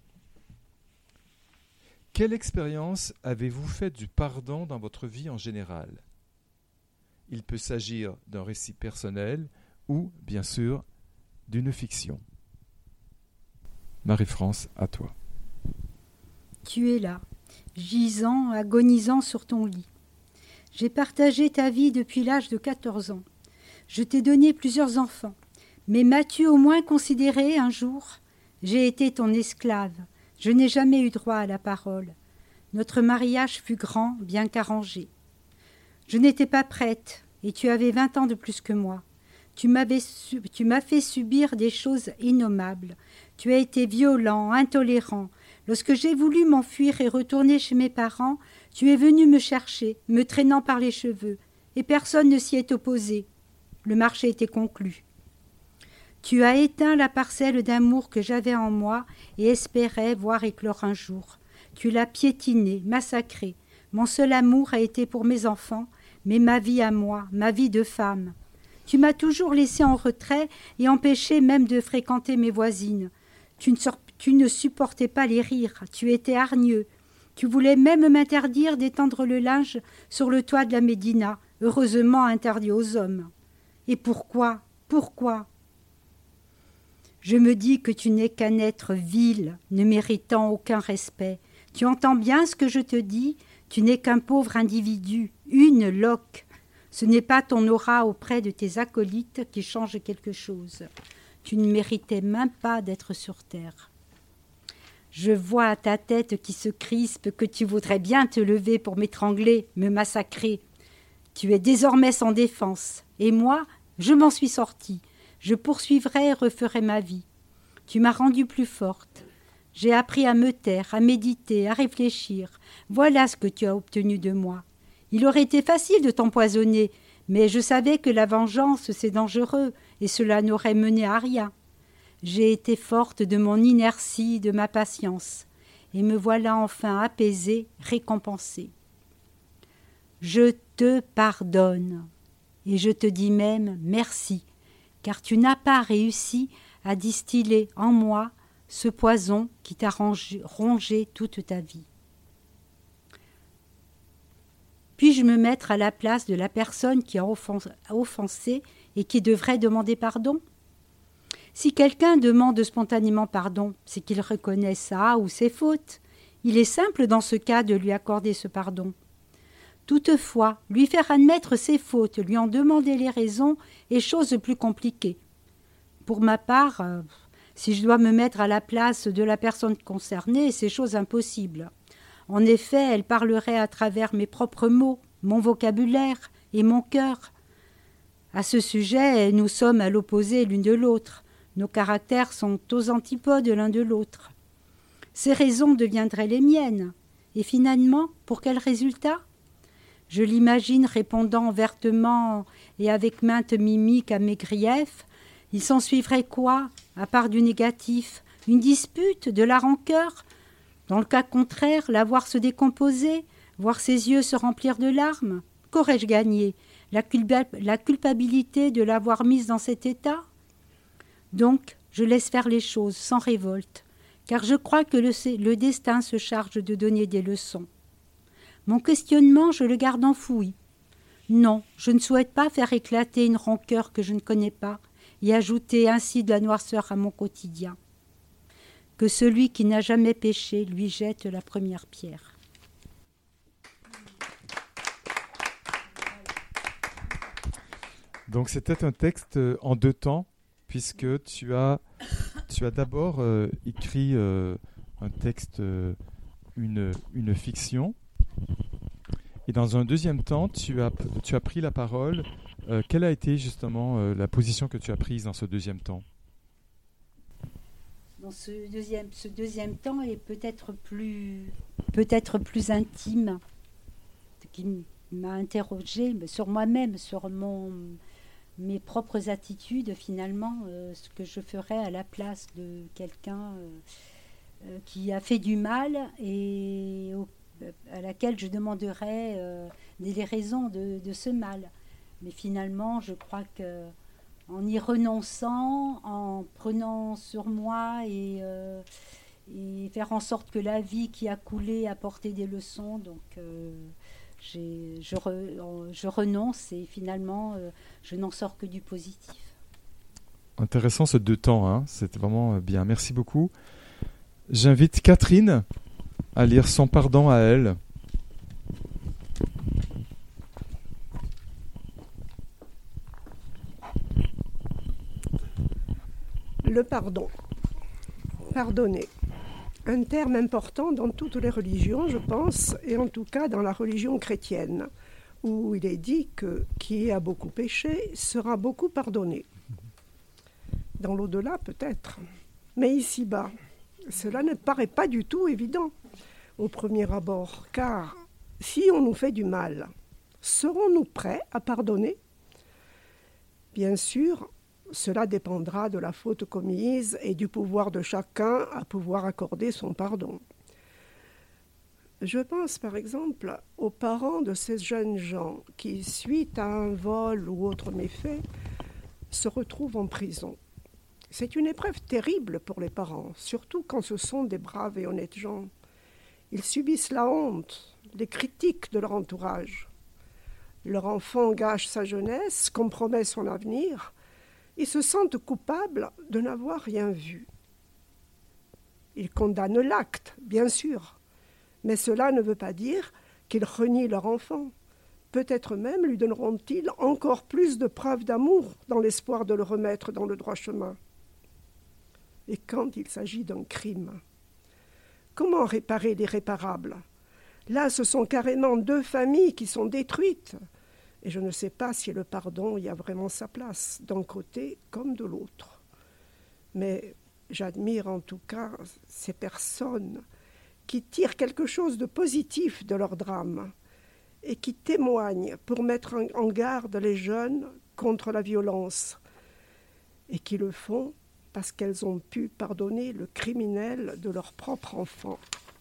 Quelle expérience avez-vous fait du pardon dans votre vie en général ? Il peut s'agir d'un récit personnel ou, bien sûr, d'une fiction. Marie-France, à toi. Tu es là, gisant, agonisant sur ton lit. J'ai partagé ta vie depuis l'âge de 14 ans. Je t'ai donné plusieurs enfants. Mais m'as-tu au moins considéré un jour ? J'ai été ton esclave. Je n'ai jamais eu droit à la parole. Notre mariage fut grand, bien qu'arrangé. Je n'étais pas prête, et tu avais 20 ans de plus que moi. Tu m'as fait subir des choses innommables. Tu as été violent, intolérant. Lorsque j'ai voulu m'enfuir et retourner chez mes parents, tu es venu me chercher, me traînant par les cheveux, et personne ne s'y est opposé. Le marché était conclu. Tu as éteint la parcelle d'amour que j'avais en moi et espérais voir éclore un jour. Tu l'as piétiné, massacré. Mon seul amour a été pour mes enfants, mais ma vie à moi, ma vie de femme. Tu m'as toujours laissé en retrait et empêché même de fréquenter mes voisines. Tu ne supportais pas les rires, tu étais hargneux. Tu voulais même m'interdire d'étendre le linge sur le toit de la Médina, heureusement interdit aux hommes. Et pourquoi ? Pourquoi ? Je me dis que tu n'es qu'un être vil, ne méritant aucun respect. Tu entends bien ce que je te dis ? Tu n'es qu'un pauvre individu, une loque. Ce n'est pas ton aura auprès de tes acolytes qui change quelque chose. Tu ne méritais même pas d'être sur terre. Je vois à ta tête qui se crispe que tu voudrais bien te lever pour m'étrangler, me massacrer. Tu es désormais sans défense. Et moi, je m'en suis sortie. Je poursuivrai et referai ma vie. Tu m'as rendue plus forte. J'ai appris à me taire, à méditer, à réfléchir. Voilà ce que tu as obtenu de moi. Il aurait été facile de t'empoisonner, mais je savais que la vengeance, c'est dangereux, et cela n'aurait mené à rien. J'ai été forte de mon inertie, de ma patience, et me voilà enfin apaisée, récompensée. Je te pardonne, et je te dis même merci, car tu n'as pas réussi à distiller en moi ce poison qui t'a rongé toute ta vie. Puis-je me mettre à la place de la personne qui a offensé et qui devrait demander pardon ? Si quelqu'un demande spontanément pardon, c'est qu'il reconnaît sa ou ses fautes. Il est simple dans ce cas de lui accorder ce pardon. Toutefois, lui faire admettre ses fautes, lui en demander les raisons est chose plus compliquée. Pour ma part, si je dois me mettre à la place de la personne concernée, c'est chose impossible. En effet, elle parlerait à travers mes propres mots, mon vocabulaire et mon cœur. À ce sujet, nous sommes à l'opposé l'une de l'autre. Nos caractères sont aux antipodes l'un de l'autre. Ces raisons deviendraient les miennes. Et finalement, pour quel résultat ? Je l'imagine répondant vertement et avec maintes mimiques à mes griefs. Il s'ensuivrait quoi, à part du négatif ? Une dispute, de la rancœur ? Dans le cas contraire, la voir se décomposer, voir ses yeux se remplir de larmes, qu'aurais-je gagné ? La culpabilité de l'avoir mise dans cet état ? Donc, je laisse faire les choses sans révolte, car je crois que le destin se charge de donner des leçons. Mon questionnement, je le garde enfoui. Non, je ne souhaite pas faire éclater une rancœur que je ne connais pas et ajouter ainsi de la noirceur à mon quotidien. Que celui qui n'a jamais péché lui jette la première pierre. Donc c'était un texte en deux temps, puisque tu as d'abord écrit un texte, une fiction, et dans un deuxième temps, tu as pris la parole. Quelle a été justement la position que tu as prise dans ce deuxième temps ? Dans ce deuxième temps est peut-être plus intime, qui m'a interrogée sur moi-même, sur mes propres attitudes finalement, ce que je ferais à la place de quelqu'un qui a fait du mal et à laquelle je demanderais des raisons de ce mal. Mais finalement, je crois que en y renonçant, en prenant sur moi et faire en sorte que la vie qui a coulé apportait des leçons. Donc je renonce et finalement je n'en sors que du positif. Intéressant ce deux temps, hein. C'était vraiment bien. Merci beaucoup. J'invite Catherine à lire Son pardon à elle. Le pardon. Pardonner. Un terme important dans toutes les religions, je pense, et en tout cas dans la religion chrétienne, où il est dit que qui a beaucoup péché sera beaucoup pardonné. Dans l'au-delà, peut-être. Mais ici-bas, cela ne paraît pas du tout évident au premier abord, car si on nous fait du mal, serons-nous prêts à pardonner ? Bien sûr, cela dépendra de la faute commise et du pouvoir de chacun à pouvoir accorder son pardon. Je pense par exemple aux parents de ces jeunes gens qui, suite à un vol ou autre méfait, se retrouvent en prison. C'est une épreuve terrible pour les parents, surtout quand ce sont des braves et honnêtes gens. Ils subissent la honte, les critiques de leur entourage. Leur enfant gâche sa jeunesse, compromet son avenir. Ils se sentent coupables de n'avoir rien vu. Ils condamnent l'acte, bien sûr, mais cela ne veut pas dire qu'ils renient leur enfant. Peut-être même lui donneront-ils encore plus de preuves d'amour dans l'espoir de le remettre dans le droit chemin. Et quand il s'agit d'un crime, comment réparer l'irréparable ? Là, ce sont carrément 2 familles qui sont détruites. Et je ne sais pas si le pardon y a vraiment sa place, d'un côté comme de l'autre. Mais j'admire en tout cas ces personnes qui tirent quelque chose de positif de leur drame et qui témoignent pour mettre en garde les jeunes contre la violence et qui le font parce qu'elles ont pu pardonner le criminel de leur propre enfant.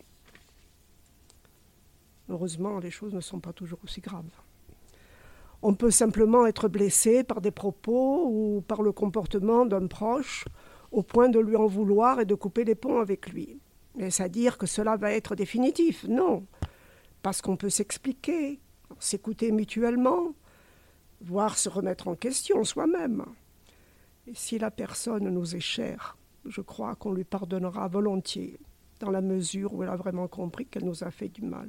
Heureusement, les choses ne sont pas toujours aussi graves. On peut simplement être blessé par des propos ou par le comportement d'un proche au point de lui en vouloir et de couper les ponts avec lui. Est-ce à dire que cela va être définitif ? Non, parce qu'on peut s'expliquer, s'écouter mutuellement, voire se remettre en question soi-même. Et si la personne nous est chère, je crois qu'on lui pardonnera volontiers, dans la mesure où elle a vraiment compris qu'elle nous a fait du mal.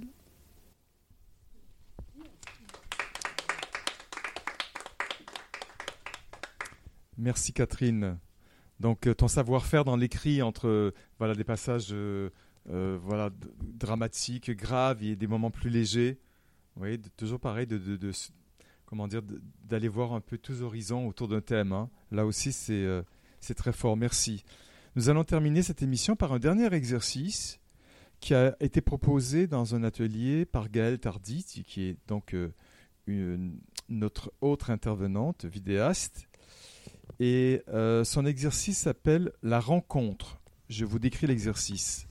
Merci Catherine. Donc ton savoir-faire dans l'écrit entre des passages dramatiques, graves et des moments plus légers, oui, toujours pareil d'aller voir un peu tous horizons autour d'un thème. Hein. Là aussi c'est très fort. Merci. Nous allons terminer cette émission par un dernier exercice qui a été proposé dans un atelier par Gaëlle Tardy, qui est donc notre autre intervenante, vidéaste. Et son exercice s'appelle « La rencontre ». Je vous décris l'exercice.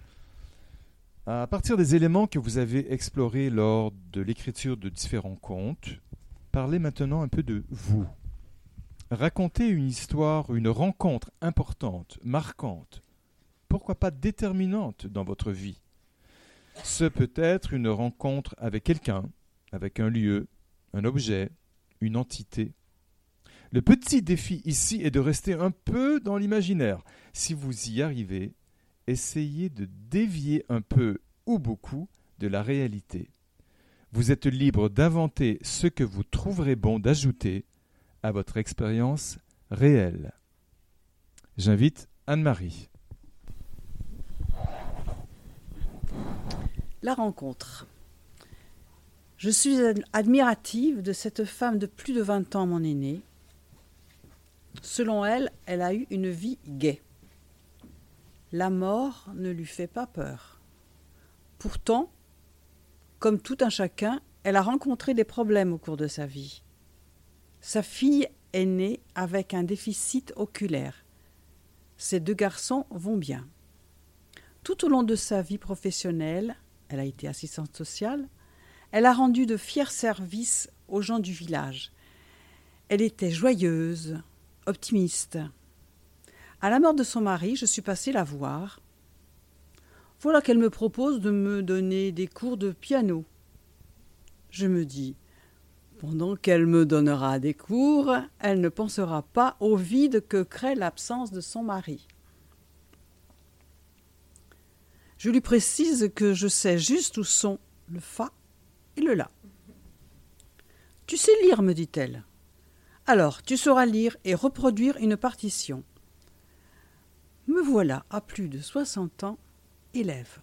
À partir des éléments que vous avez explorés lors de l'écriture de différents contes, parlez maintenant un peu de vous. Racontez une histoire, une rencontre importante, marquante, pourquoi pas déterminante dans votre vie. Ce peut être une rencontre avec quelqu'un, avec un lieu, un objet, une entité. Le petit défi ici est de rester un peu dans l'imaginaire. Si vous y arrivez, essayez de dévier un peu ou beaucoup de la réalité. Vous êtes libre d'inventer ce que vous trouverez bon d'ajouter à votre expérience réelle. J'invite Anne-Marie. La rencontre. Je suis admirative de cette femme de plus de 20 ans, mon aînée. Selon elle, elle a eu une vie gaie. La mort ne lui fait pas peur. Pourtant, comme tout un chacun, elle a rencontré des problèmes au cours de sa vie. Sa fille est née avec un déficit oculaire. Ses 2 garçons vont bien. Tout au long de sa vie professionnelle, elle a été assistante sociale, elle a rendu de fiers services aux gens du village. Elle était joyeuse, optimiste. À la mort de son mari, je suis passée la voir. Voilà qu'elle me propose de me donner des cours de piano. Je me dis, pendant qu'elle me donnera des cours, elle ne pensera pas au vide que crée l'absence de son mari. Je lui précise que je sais juste où sont le fa et le la. « Tu sais lire, me dit-elle. Alors, tu sauras lire et reproduire une partition. » Me voilà, à plus de 60 ans, élève.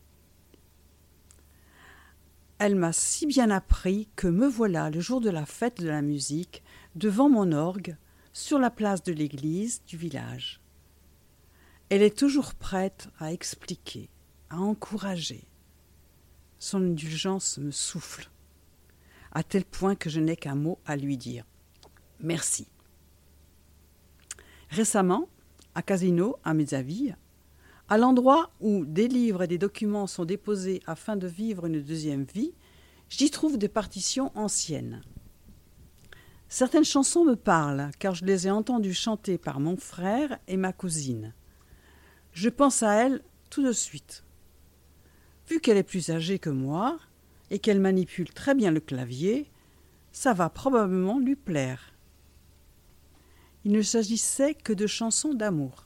Elle m'a si bien appris que me voilà le jour de la fête de la musique, devant mon orgue, sur la place de l'église du village. Elle est toujours prête à expliquer, à encourager. Son indulgence me souffle, à tel point que je n'ai qu'un mot à lui dire. Merci. Récemment, à Casino, à Mezzaville, à l'endroit où des livres et des documents sont déposés afin de vivre une deuxième vie, j'y trouve des partitions anciennes. Certaines chansons me parlent, car je les ai entendues chanter par mon frère et ma cousine. Je pense à elles tout de suite. Vu qu'elle est plus âgée que moi et qu'elle manipule très bien le clavier, ça va probablement lui plaire. Il ne s'agissait que de chansons d'amour.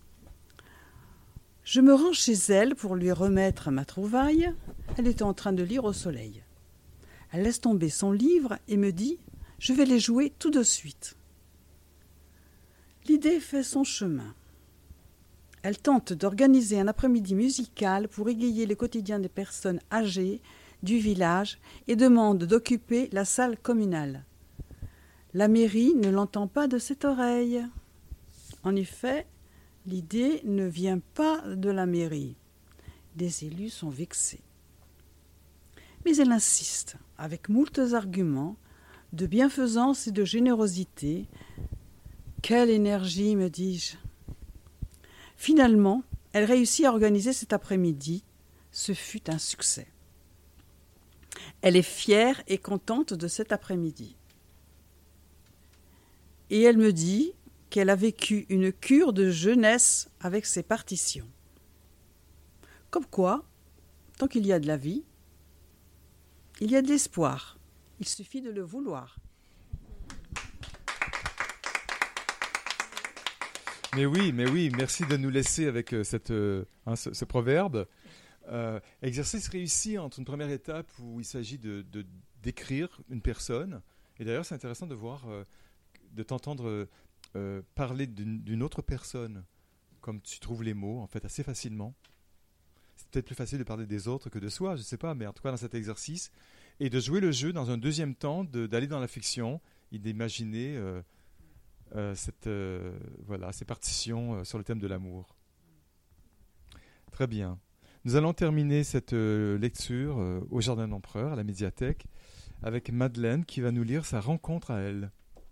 Je me rends chez elle pour lui remettre ma trouvaille. Elle était en train de lire au soleil. Elle laisse tomber son livre et me dit « Je vais les jouer tout de suite ». L'idée fait son chemin. Elle tente d'organiser un après-midi musical pour égayer le quotidien des personnes âgées du village et demande d'occuper la salle communale. La mairie ne l'entend pas de cette oreille. En effet, l'idée ne vient pas de la mairie. Les élus sont vexés. Mais elle insiste, avec moultes arguments, de bienfaisance et de générosité. Quelle énergie, me dis-je. Finalement, elle réussit à organiser cet après-midi. Ce fut un succès. Elle est fière et contente de cet après-midi. Et elle me dit qu'elle a vécu une cure de jeunesse avec ses partitions. Comme quoi, tant qu'il y a de la vie, il y a de l'espoir. Il suffit de le vouloir. Mais oui, merci de nous laisser avec ce proverbe. Exercice réussi entre une première étape où il s'agit de décrire une personne. Et d'ailleurs, c'est intéressant de voir, de t'entendre parler d'une autre personne, comme tu trouves les mots, en fait, assez facilement. C'est peut-être plus facile de parler des autres que de soi, je ne sais pas, mais en tout cas dans cet exercice. Et de jouer le jeu dans un deuxième temps, d'aller dans la fiction et d'imaginer ces partitions sur le thème de l'amour. Très bien. Nous allons terminer cette lecture au Jardin d'Empereur, à la médiathèque, avec Madeleine qui va nous lire sa rencontre à elle.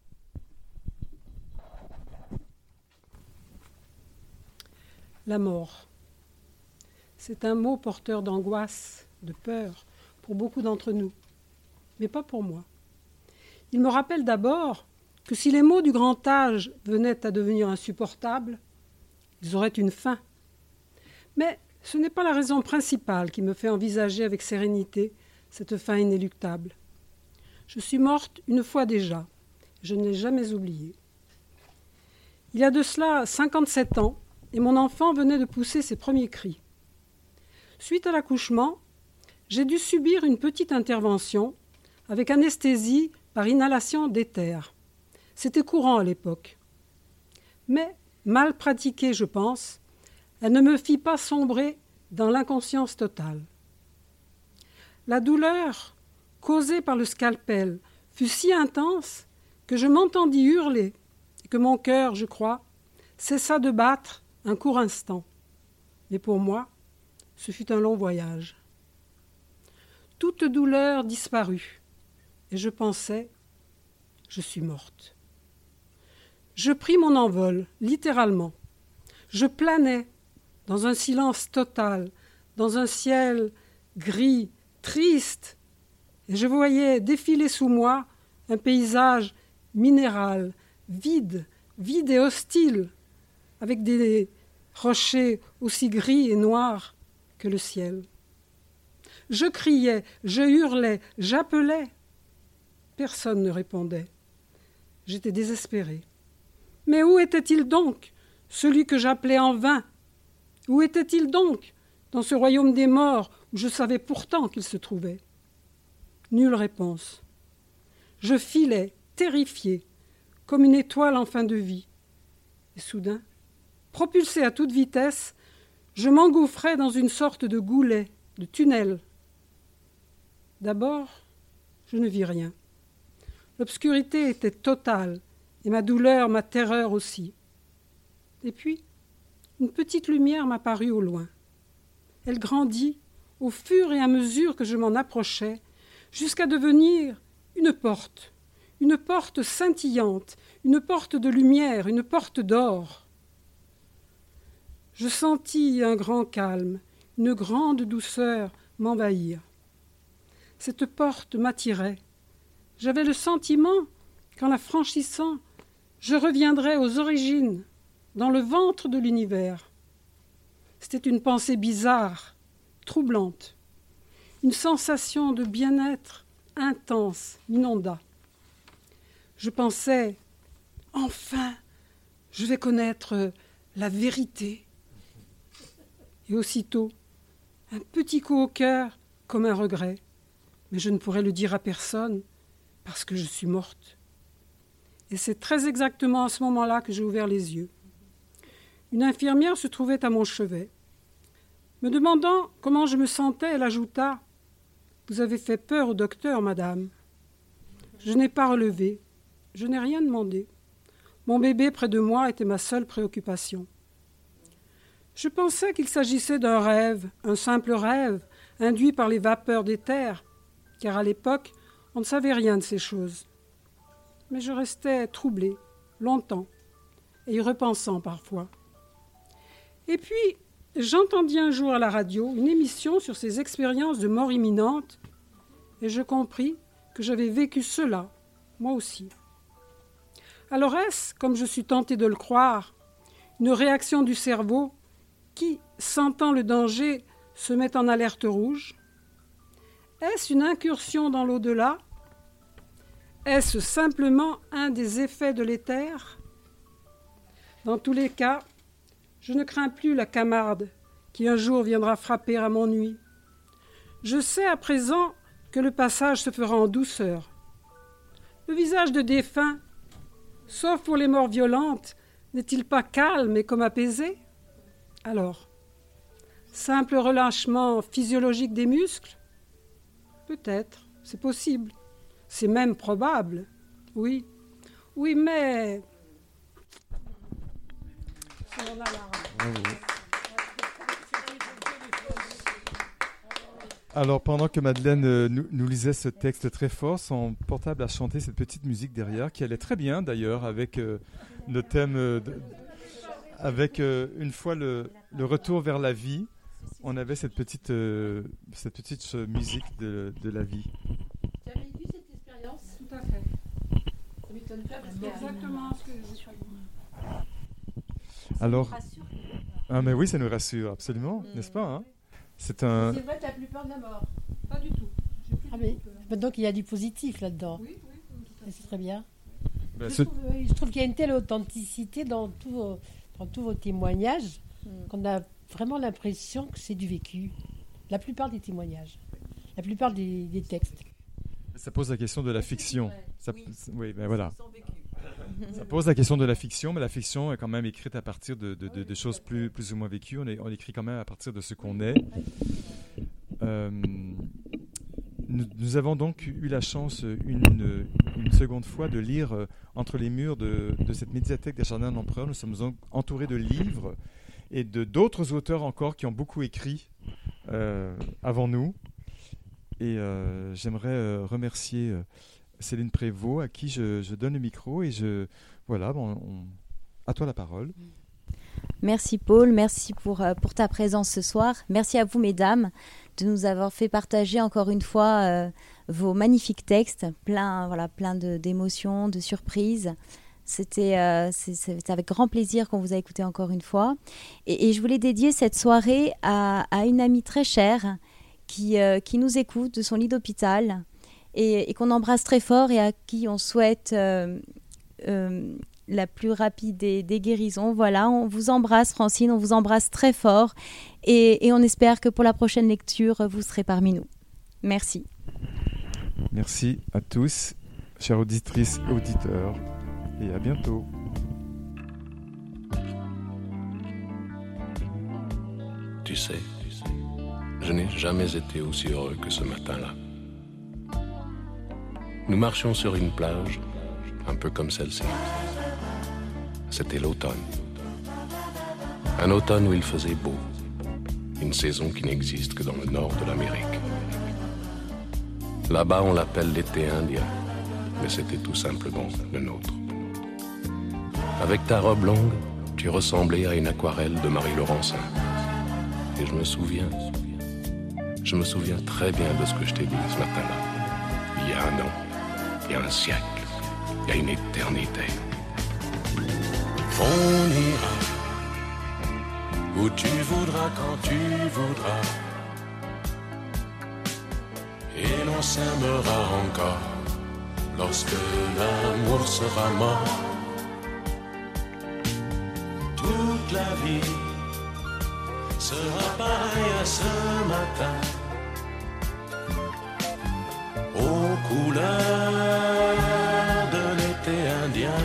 La mort. C'est un mot porteur d'angoisse, de peur, pour beaucoup d'entre nous, mais pas pour moi. Il me rappelle d'abord que si les maux du grand âge venaient à devenir insupportables, ils auraient une fin. Mais ce n'est pas la raison principale qui me fait envisager avec sérénité cette fin inéluctable. Je suis morte une fois déjà, je ne l'ai jamais oublié. Il y a de cela 57 ans, et mon enfant venait de pousser ses premiers cris. Suite à l'accouchement, j'ai dû subir une petite intervention avec anesthésie par inhalation d'éther. C'était courant à l'époque. Mais, mal pratiquée, je pense, elle ne me fit pas sombrer dans l'inconscience totale. La douleur causée par le scalpel fut si intense que je m'entendis hurler et que mon cœur, je crois, cessa de battre un court instant. Mais pour moi, ce fut un long voyage. Toute douleur disparut et je pensais, je suis morte. Je pris mon envol, littéralement. Je planais dans un silence total, dans un ciel gris, triste, et je voyais défiler sous moi un paysage minéral, vide et hostile, avec des rochers aussi gris et noirs que le ciel. Je criais, je hurlais, j'appelais. Personne ne répondait. J'étais désespérée. Mais où était-il donc, celui que j'appelais en vain? Où était-il donc, dans ce royaume des morts où je savais pourtant qu'il se trouvait? Nulle réponse. Je filais, terrifiée, comme une étoile en fin de vie. Et soudain, propulsée à toute vitesse, je m'engouffrais dans une sorte de goulet, de tunnel. D'abord, je ne vis rien. L'obscurité était totale, et ma douleur, ma terreur aussi. Et puis, une petite lumière m'apparut au loin. Elle grandit au fur et à mesure que je m'en approchais, jusqu'à devenir une porte scintillante, une porte de lumière, une porte d'or. Je sentis un grand calme, une grande douceur m'envahir. Cette porte m'attirait. J'avais le sentiment qu'en la franchissant, je reviendrais aux origines, dans le ventre de l'univers. C'était une pensée bizarre, troublante. Une sensation de bien-être intense m'inonda. Je pensais, enfin, je vais connaître la vérité. Et aussitôt, un petit coup au cœur, comme un regret. Mais je ne pourrais le dire à personne, parce que je suis morte. Et c'est très exactement à ce moment-là que j'ai ouvert les yeux. Une infirmière se trouvait à mon chevet. Me demandant comment je me sentais, elle ajouta « Vous avez fait peur au docteur, madame. » Je n'ai pas relevé. Je n'ai rien demandé. Mon bébé près de moi était ma seule préoccupation. Je pensais qu'il s'agissait d'un rêve, un simple rêve, induit par les vapeurs d'éther, car à l'époque, on ne savait rien de ces choses. Mais je restais troublée, longtemps, et y repensant parfois. Et puis, j'entendis un jour à la radio une émission sur ces expériences de mort imminente, et je compris que j'avais vécu cela, moi aussi. Alors est-ce, comme je suis tentée de le croire, une réaction du cerveau qui, sentant le danger, se met en alerte rouge? Est-ce une incursion dans l'au-delà? Est-ce simplement un des effets de l'éther? Dans tous les cas, je ne crains plus la Camarde qui un jour viendra frapper à mon nuit. Je sais à présent que le passage se fera en douceur. Le visage de défunt, sauf pour les morts violentes, n'est-il pas calme et comme apaisé? Alors, simple relâchement physiologique des muscles? Peut-être, c'est possible, c'est même probable, oui. Oui, mais... Alors, pendant que Madeleine nous lisait ce texte très fort, son portable a chanté cette petite musique derrière, qui allait très bien d'ailleurs avec le thème, avec une fois le retour vers la vie, on avait cette petite musique de la vie. Tu as vécu cette expérience? Tout à fait. Ça m'étonne pas parce C'est exactement ce que je suis. Alors, mais oui, ça nous rassure absolument, n'est-ce pas, hein? C'est un... C'est vrai, tu n'as plus peur de la mort? Pas du tout. Donc il y a du positif là-dedans. Oui. C'est très bien. Ben, Je trouve qu'il y a une telle authenticité dans tous vos témoignages qu'on a vraiment l'impression que c'est du vécu. La plupart des témoignages, la plupart des textes. Ça pose la question de la fiction. Oui, ben voilà. Ça pose la question de la fiction, mais la fiction est quand même écrite à partir de choses plus ou moins vécues. On écrit quand même à partir de ce qu'on est. Nous avons donc eu la chance une seconde fois de lire entre les murs de cette médiathèque des Jardins de l'Empereur. Nous sommes entourés de livres et d'autres auteurs encore qui ont beaucoup écrit avant nous. Et j'aimerais remercier Céline Prévost, à qui je donne le micro. Et à toi la parole. Merci Paul, merci pour ta présence ce soir. Merci à vous mesdames de nous avoir fait partager encore une fois vos magnifiques textes, plein d'émotions, de surprises. C'est avec grand plaisir qu'on vous a écouté encore une fois. Et je voulais dédier cette soirée à une amie très chère qui nous écoute de son lit d'hôpital et qu'on embrasse très fort et à qui on souhaite la plus rapide des guérisons. Voilà, on vous embrasse Francine, on vous embrasse très fort et on espère que pour la prochaine lecture, vous serez parmi nous. Merci. Merci à tous, chères auditrices et auditeurs, et à bientôt. Tu sais, je n'ai jamais été aussi heureux que ce matin-là. Nous marchions sur une plage, un peu comme celle-ci. C'était l'automne. Un automne où il faisait beau. Une saison qui n'existe que dans le nord de l'Amérique. Là-bas, on l'appelle l'été indien, mais c'était tout simplement le nôtre. Avec ta robe longue, tu ressemblais à une aquarelle de Marie Laurencin. Et je me souviens très bien de ce que je t'ai dit ce matin-là. Il y a un an, il y a un siècle, il y a une éternité. On ira où tu voudras, quand tu voudras. l'on s'aimera encore lorsque l'amour sera mort. Toute la vie sera pareille à ce matin, aux couleurs de l'été indien.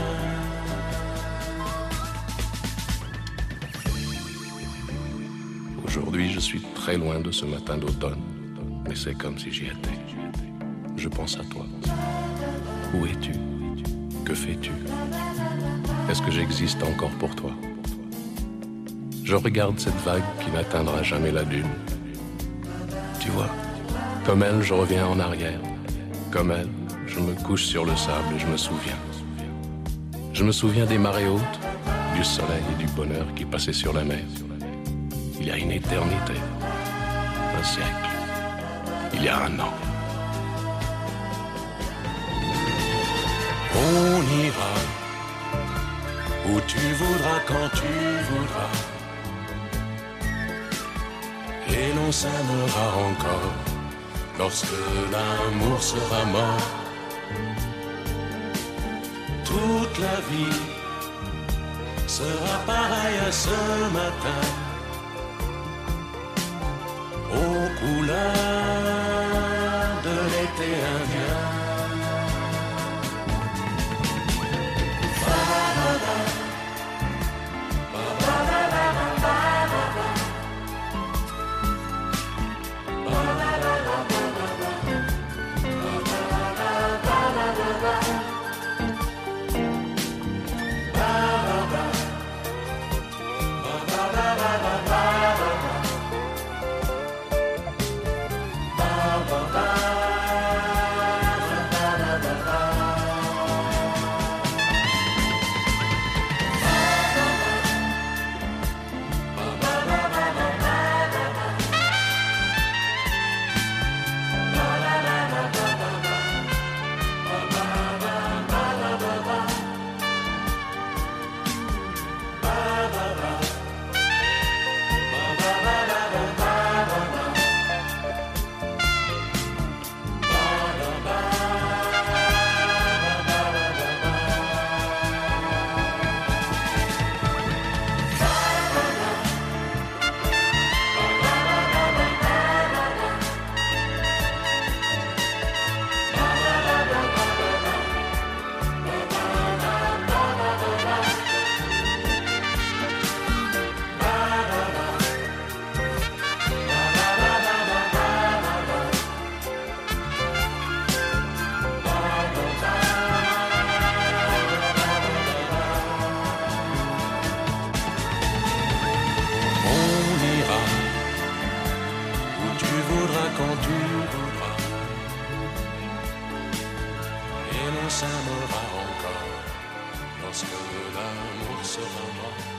Aujourd'hui, je suis très loin de ce matin d'automne, mais c'est comme si j'y étais. Je pense à toi. Où es-tu? Que fais-tu? Est-ce que j'existe encore pour toi? Je regarde cette vague qui n'atteindra jamais la dune. Tu vois, comme elle, je reviens en arrière. Comme elle, je me couche sur le sable et je me souviens. Je me souviens des marées hautes, du soleil et du bonheur qui passaient sur la mer. Il y a une éternité, un siècle, il y a un an. On ira où tu voudras, quand tu voudras, et l'on s'aimera encore lorsque l'amour sera mort. Toute la vie sera pareille à ce matin, aux couleurs de l'été indien. Quand tu voudras, et l'on s'aimera encore lorsque l'amour sera mort.